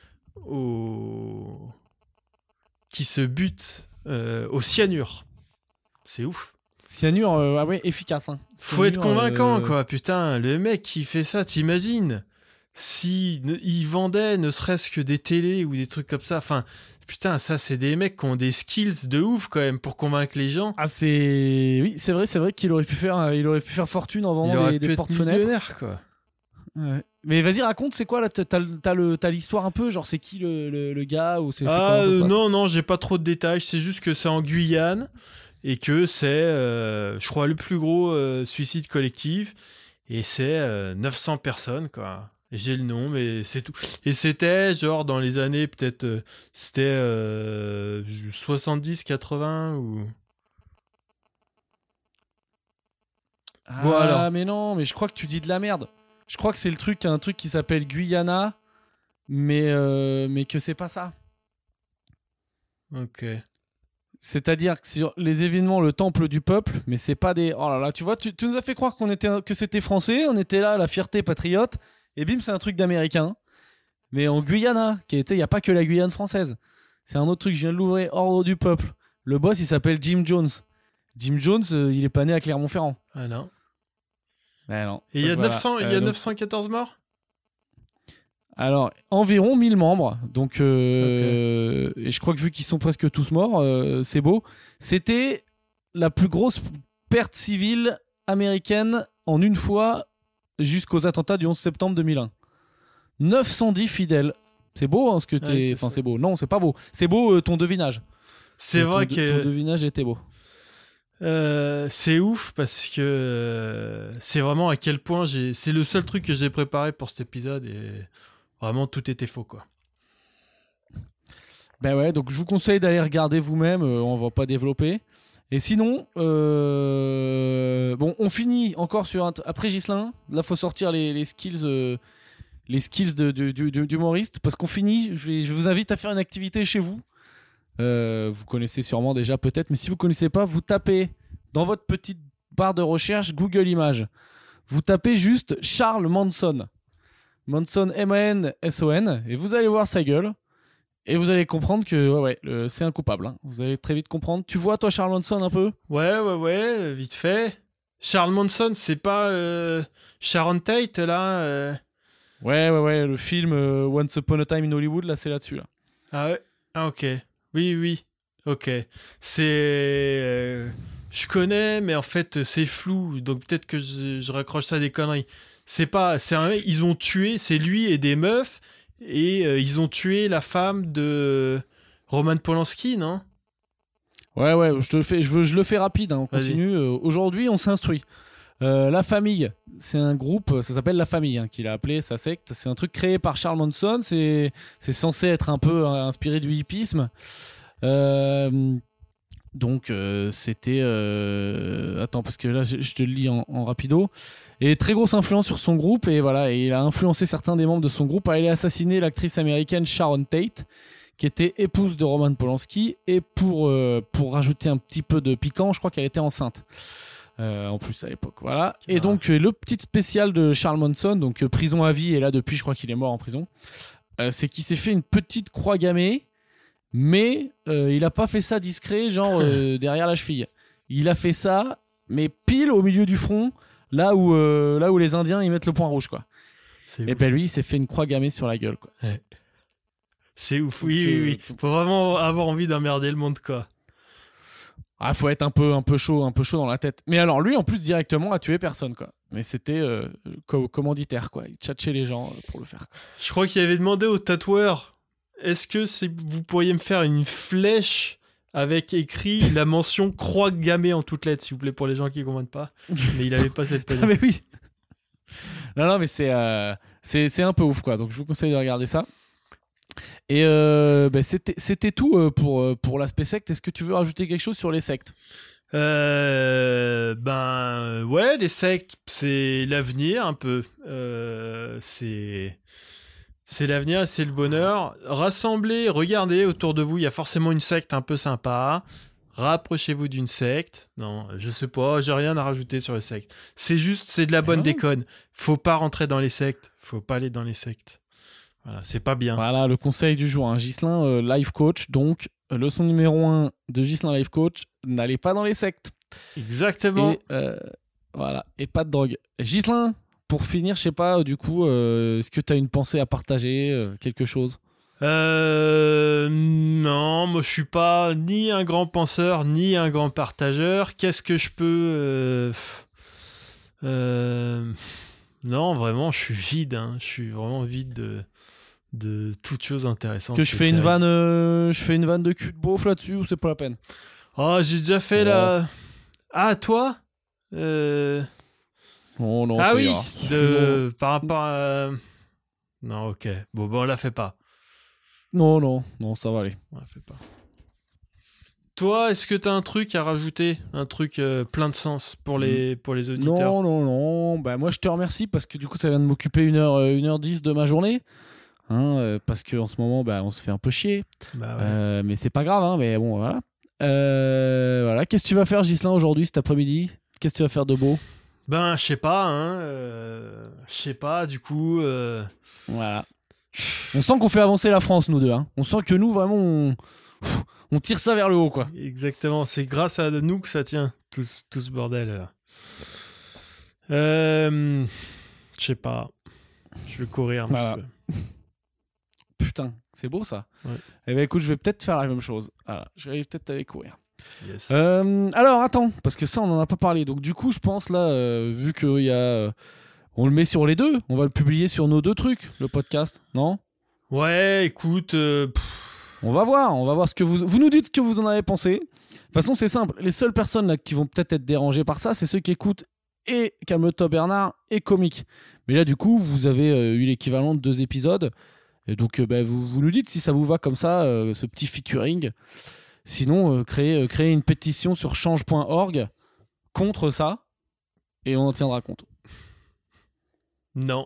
au... qui se butent euh, au cyanure. C'est ouf. Cyanure, euh, ah ouais, efficace. Hein. Faut être Cyanure, convaincant, euh, quoi. Putain, le mec qui fait ça, t'imagines si ne- il vendait ne serait-ce que des télés ou des trucs comme ça. Enfin, putain, ça, c'est des mecs qui ont des skills de ouf, quand même, pour convaincre les gens. Ah, c'est. Oui, c'est vrai, c'est vrai qu'il aurait pu faire, euh, il aurait pu faire fortune en Il vendant aurait des, pu des être porte-fenêtres. millionnaire, quoi. Ouais. Mais vas-y, raconte, c'est quoi là? T'as, t'as, t'as le- t'as l'histoire un peu? Genre, c'est qui le, le, le gars ou c'est, c'est Ah, comment ça se euh, passe? non, non, j'ai pas trop de détails. C'est juste que c'est en Guyane et que c'est, euh, je crois, le plus gros euh, suicide collectif. Et c'est euh, neuf cents personnes, quoi. Et j'ai le nom, mais c'est tout. Et c'était genre dans les années, peut-être, euh, c'était euh, soixante-dix, quatre-vingts ou. Ah, Voilà. mais non, mais je crois que tu dis de la merde. Je crois que c'est le truc, un truc qui s'appelle Guyana, mais, euh, mais que c'est pas ça. Ok. C'est-à-dire que sur les événements, le temple du peuple, mais c'est pas des. Oh là là, tu vois, tu, tu nous as fait croire qu'on était, que c'était français, on était là, la fierté patriote, et bim, c'est un truc d'américain. Mais en Guyana, qui était, il y a pas que la Guyane française. C'est un autre truc, je viens de l'ouvrir, Ordre du peuple. Le boss, il s'appelle Jim Jones. Jim Jones, euh, il est pas né à Clermont-Ferrand. Ah non. Ben non. Et il y a, Donc voilà. neuf cents, il y a Euh, donc- neuf cent quatorze morts. Alors, environ mille membres. Donc, euh, et je crois que vu qu'ils sont presque tous morts, euh, c'est beau. C'était la plus grosse perte civile américaine en une fois jusqu'aux attentats du onze septembre deux mille un. neuf cent dix fidèles. C'est beau, hein, ce que t'es. Ouais, c'est Enfin, ça. c'est beau. Non, c'est pas beau. C'est beau euh, ton devinage. C'est Ton- vrai ton, que ton devinage était beau. Euh, c'est ouf parce que euh, c'est vraiment à quel point j'ai. C'est le seul truc que j'ai préparé pour cet épisode et vraiment tout était faux, quoi. Ben ouais, donc je vous conseille d'aller regarder vous-même. euh, on va pas développer. Et sinon, euh, bon, on finit encore sur un t- après Ghislain. Là, faut sortir les, les skills, euh, les skills de, du, du, du- d'humoriste parce qu'on finit. Je, vais- je vous invite à faire une activité chez vous. Euh, vous connaissez sûrement déjà peut-être, mais si vous connaissez pas, vous tapez dans votre petite barre de recherche Google Images. Vous tapez juste Charles Manson. Manson, M A N S O N, et vous allez voir sa gueule. Et vous allez comprendre que ouais, ouais, le- c'est un coupable. Hein. Vous allez très vite comprendre. Tu vois, toi, Charles Manson, un peu? Ouais, ouais, ouais, vite fait. Charles Manson, c'est pas euh, Sharon Tate, là euh... Ouais, ouais, ouais. Le film euh, Once Upon a Time in Hollywood, là, c'est là-dessus. Là. Ah ouais. Ah, ok. Oui, oui. Ok. C'est. euh, Je connais, mais en fait, c'est flou. Donc peut-être que je, je raccroche ça à des conneries. C'est pas. C'est un mec. Ils ont tué. C'est lui et des meufs. Et euh, ils ont tué la femme de Roman Polanski, non? Ouais, ouais. Je, te le fais, je, veux, je le fais rapide. Hein, on Vas-y. continue. Euh, aujourd'hui, on s'instruit. Euh, la famille, c'est un groupe, ça s'appelle La Famille, hein, qu'il a appelé sa secte. C'est un truc créé par Charles Manson. C'est, c'est censé être un peu euh, inspiré du hippisme. Euh, donc, euh, c'était. euh, Attends, parce que là, je, je te le lis en, en rapido. Et très grosse influence sur son groupe. Et voilà, et il a influencé certains des membres de son groupe à aller assassiner l'actrice américaine Sharon Tate, qui était épouse de Roman Polanski. Et pour, euh, pour rajouter un petit peu de piquant, je crois qu'elle était enceinte. Euh, en plus à l'époque, voilà. Et Ah. donc euh, le petit spécial de Charles Manson, donc euh, prison à vie, et là depuis je crois qu'il est mort en prison, euh, c'est qu'il s'est fait une petite croix gammée, mais euh, il a pas fait ça discret, genre euh, derrière la cheville. Il a fait ça, mais pile au milieu du front, là où euh, là où les Indiens ils mettent le point rouge, quoi. C'est Et ouf. ben lui il s'est fait une croix gammée sur la gueule, quoi. C'est ouf. Donc, Oui, oui, euh, oui. Faut vraiment avoir envie d'emmerder le monde, quoi. Ah, faut être un peu, un peu chaud, un peu chaud dans la tête. Mais alors lui, en plus, directement, a tué personne, quoi. Mais c'était euh, co- commanditaire, quoi. Il tchatchait les gens euh, pour le faire, quoi. Je crois qu'il avait demandé au tatoueur est-ce que c'est- vous pourriez me faire une flèche avec écrit la mention croix gammée en toutes lettres, s'il vous plaît, pour les gens qui ne comprennent pas. Mais il avait pas cette peine. Ah, mais oui. Non, non, mais c'est, euh, c'est, c'est un peu ouf, quoi. Donc je vous conseille de regarder ça. Et euh, ben, c'était, c'était tout euh, pour, euh, pour l'aspect secte. Est-ce que tu veux rajouter quelque chose sur les sectes? Euh, ben ouais, les sectes, c'est l'avenir un peu. Euh, c'est c'est l'avenir, c'est le bonheur. Rassemblez, regardez autour de vous, il y a forcément une secte un peu sympa. rapprochez-vous d'une secte. Non, je sais pas, j'ai rien à rajouter sur les sectes. C'est juste, c'est de la bonne Ah. déconne. Faut pas rentrer dans les sectes. Faut pas aller dans les sectes. Voilà, c'est pas bien. Voilà le conseil du jour. Hein. Ghislain, euh, life coach. Donc, euh, leçon numéro un de Ghislain, life coach. N'allez pas dans les sectes. Exactement. Et, euh, voilà. Et pas de drogue. Ghislain, pour finir, je sais pas, du coup, euh, est-ce que tu as une pensée à partager, euh, quelque chose? Euh, non, moi je suis pas ni un grand penseur ni un grand partageur. Qu'est-ce que je peux euh, euh, Non, vraiment, je suis vide. Hein. Je suis vraiment vide de de toute chose intéressante. Que je fais une vanne, euh, je fais une vanne de cul de beauf là-dessus ou c'est pas la peine? Oh, j'ai déjà fait Oh. la. Ah, toi euh... Oh non, Ah ça oui, ira. de par rapport à. Non, ok. Bon, bon, on la fait pas. Non, non, non, ça va aller. On la fait pas. Toi, est-ce que t'as un truc à rajouter, un truc euh, plein de sens pour les pour les auditeurs? Non, non, non. Bah, moi, je te remercie parce que du coup, ça vient de m'occuper une heure, une heure dix de ma journée. Hein, euh, parce qu'en ce moment, bah, on se fait un peu chier. Bah ouais. Euh, mais c'est pas grave, hein, mais bon, voilà. Euh, voilà. Qu'est-ce que tu vas faire, Ghislain, aujourd'hui, cet après-midi? Qu'est-ce que tu vas faire de beau? Ben, je sais pas, hein. euh, Je sais pas, du coup. euh, Voilà. On sent qu'on fait avancer la France, nous deux. Hein. On sent que nous, vraiment, on... Pff, on tire ça vers le haut, quoi. Exactement, c'est grâce à nous que ça tient, tout, ce- tout ce bordel. là. Euh, Je sais pas. Je vais courir un Voilà. petit peu. Putain, c'est beau, ça. Ouais. Eh ben, écoute, je vais peut-être faire la même chose. Voilà. Je vais peut-être aller courir. Yes. Euh, alors, attends, parce que ça, on en a pas parlé. Donc, du coup, je pense, là, euh, vu qu'il y a... euh, on le met sur les deux. On va le publier sur nos deux trucs, le podcast, non? Ouais, écoute. euh, pff, On va voir, on va voir ce que vous... Vous nous dites ce que vous en avez pensé. De toute façon, c'est simple. Les seules personnes là, qui vont peut-être être dérangées par ça, c'est ceux qui écoutent et Calme-toi Bernard et Comique. Mais là, du coup, vous avez euh, eu l'équivalent de deux épisodes. Et donc, euh, bah, vous, vous nous dites si ça vous va comme ça, euh, ce petit featuring. Sinon, euh, créez, euh, créez une pétition sur change point org contre ça. Et on en tiendra compte. Non.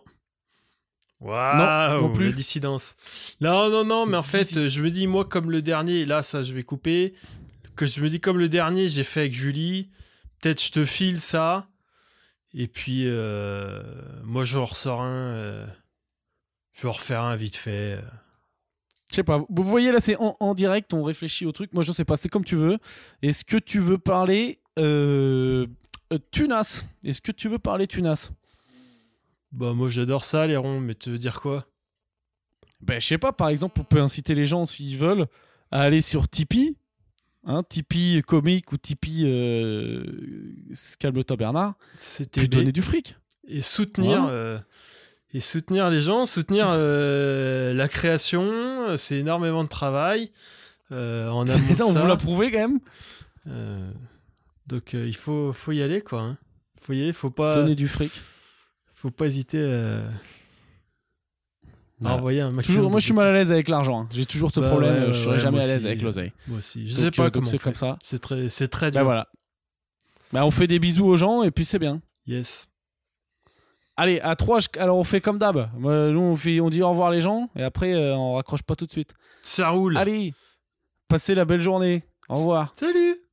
Waouh, non plus. la dissidence. Non, non, non, mais en fait, Dissi- je me dis, moi, comme le dernier, là, ça, je vais couper, que je me dis, comme le dernier, j'ai fait avec Julie, peut-être je te file ça, et puis, euh, moi, je ressors un, euh, je vais en refaire un vite fait. euh. Je sais pas, vous voyez là, c'est en, en direct, on réfléchit au truc. Moi, je sais pas, c'est comme tu veux. Est-ce que tu veux parler euh, euh, Tunas? Est-ce que tu veux parler Tunas? Bah, moi, j'adore ça, les ronds, mais tu veux dire quoi? Ben, je sais pas, par exemple, on peut inciter les gens, s'ils veulent, à aller sur Tipeee, hein, Tipeee comique ou Tipeee euh, Calme-toi Bernard, C'était puis donner du fric. et soutenir Voilà. euh, et soutenir les gens, soutenir euh, la création, c'est énormément de travail. Euh, en amont C'est de ça, on ça. vous l'a prouvé quand même. Euh, donc euh, il faut faut y aller quoi. Hein. Faut y aller, faut pas Donner du fric. faut pas hésiter euh, à Voilà. envoyer un maximum. Toujours, moi, de je suis mal à l'aise avec l'argent. hein. J'ai toujours ce Bah problème. ouais, euh, ouais, je serai ouais, jamais moi à l'aise aussi, avec euh, l'oseille. Moi aussi, je Donc, sais pas euh, donc comment c'est on comme fait. ça. C'est très c'est très dur. Ben voilà. Ben, on fait des bisous aux gens et puis c'est bien. Yes. Allez, à trois, je- alors on fait comme d'hab. Moi, nous, on, fait, on dit au revoir les gens et après, euh, on raccroche pas tout de suite. Ça roule. Allez, passez la belle journée. Au revoir. Salut.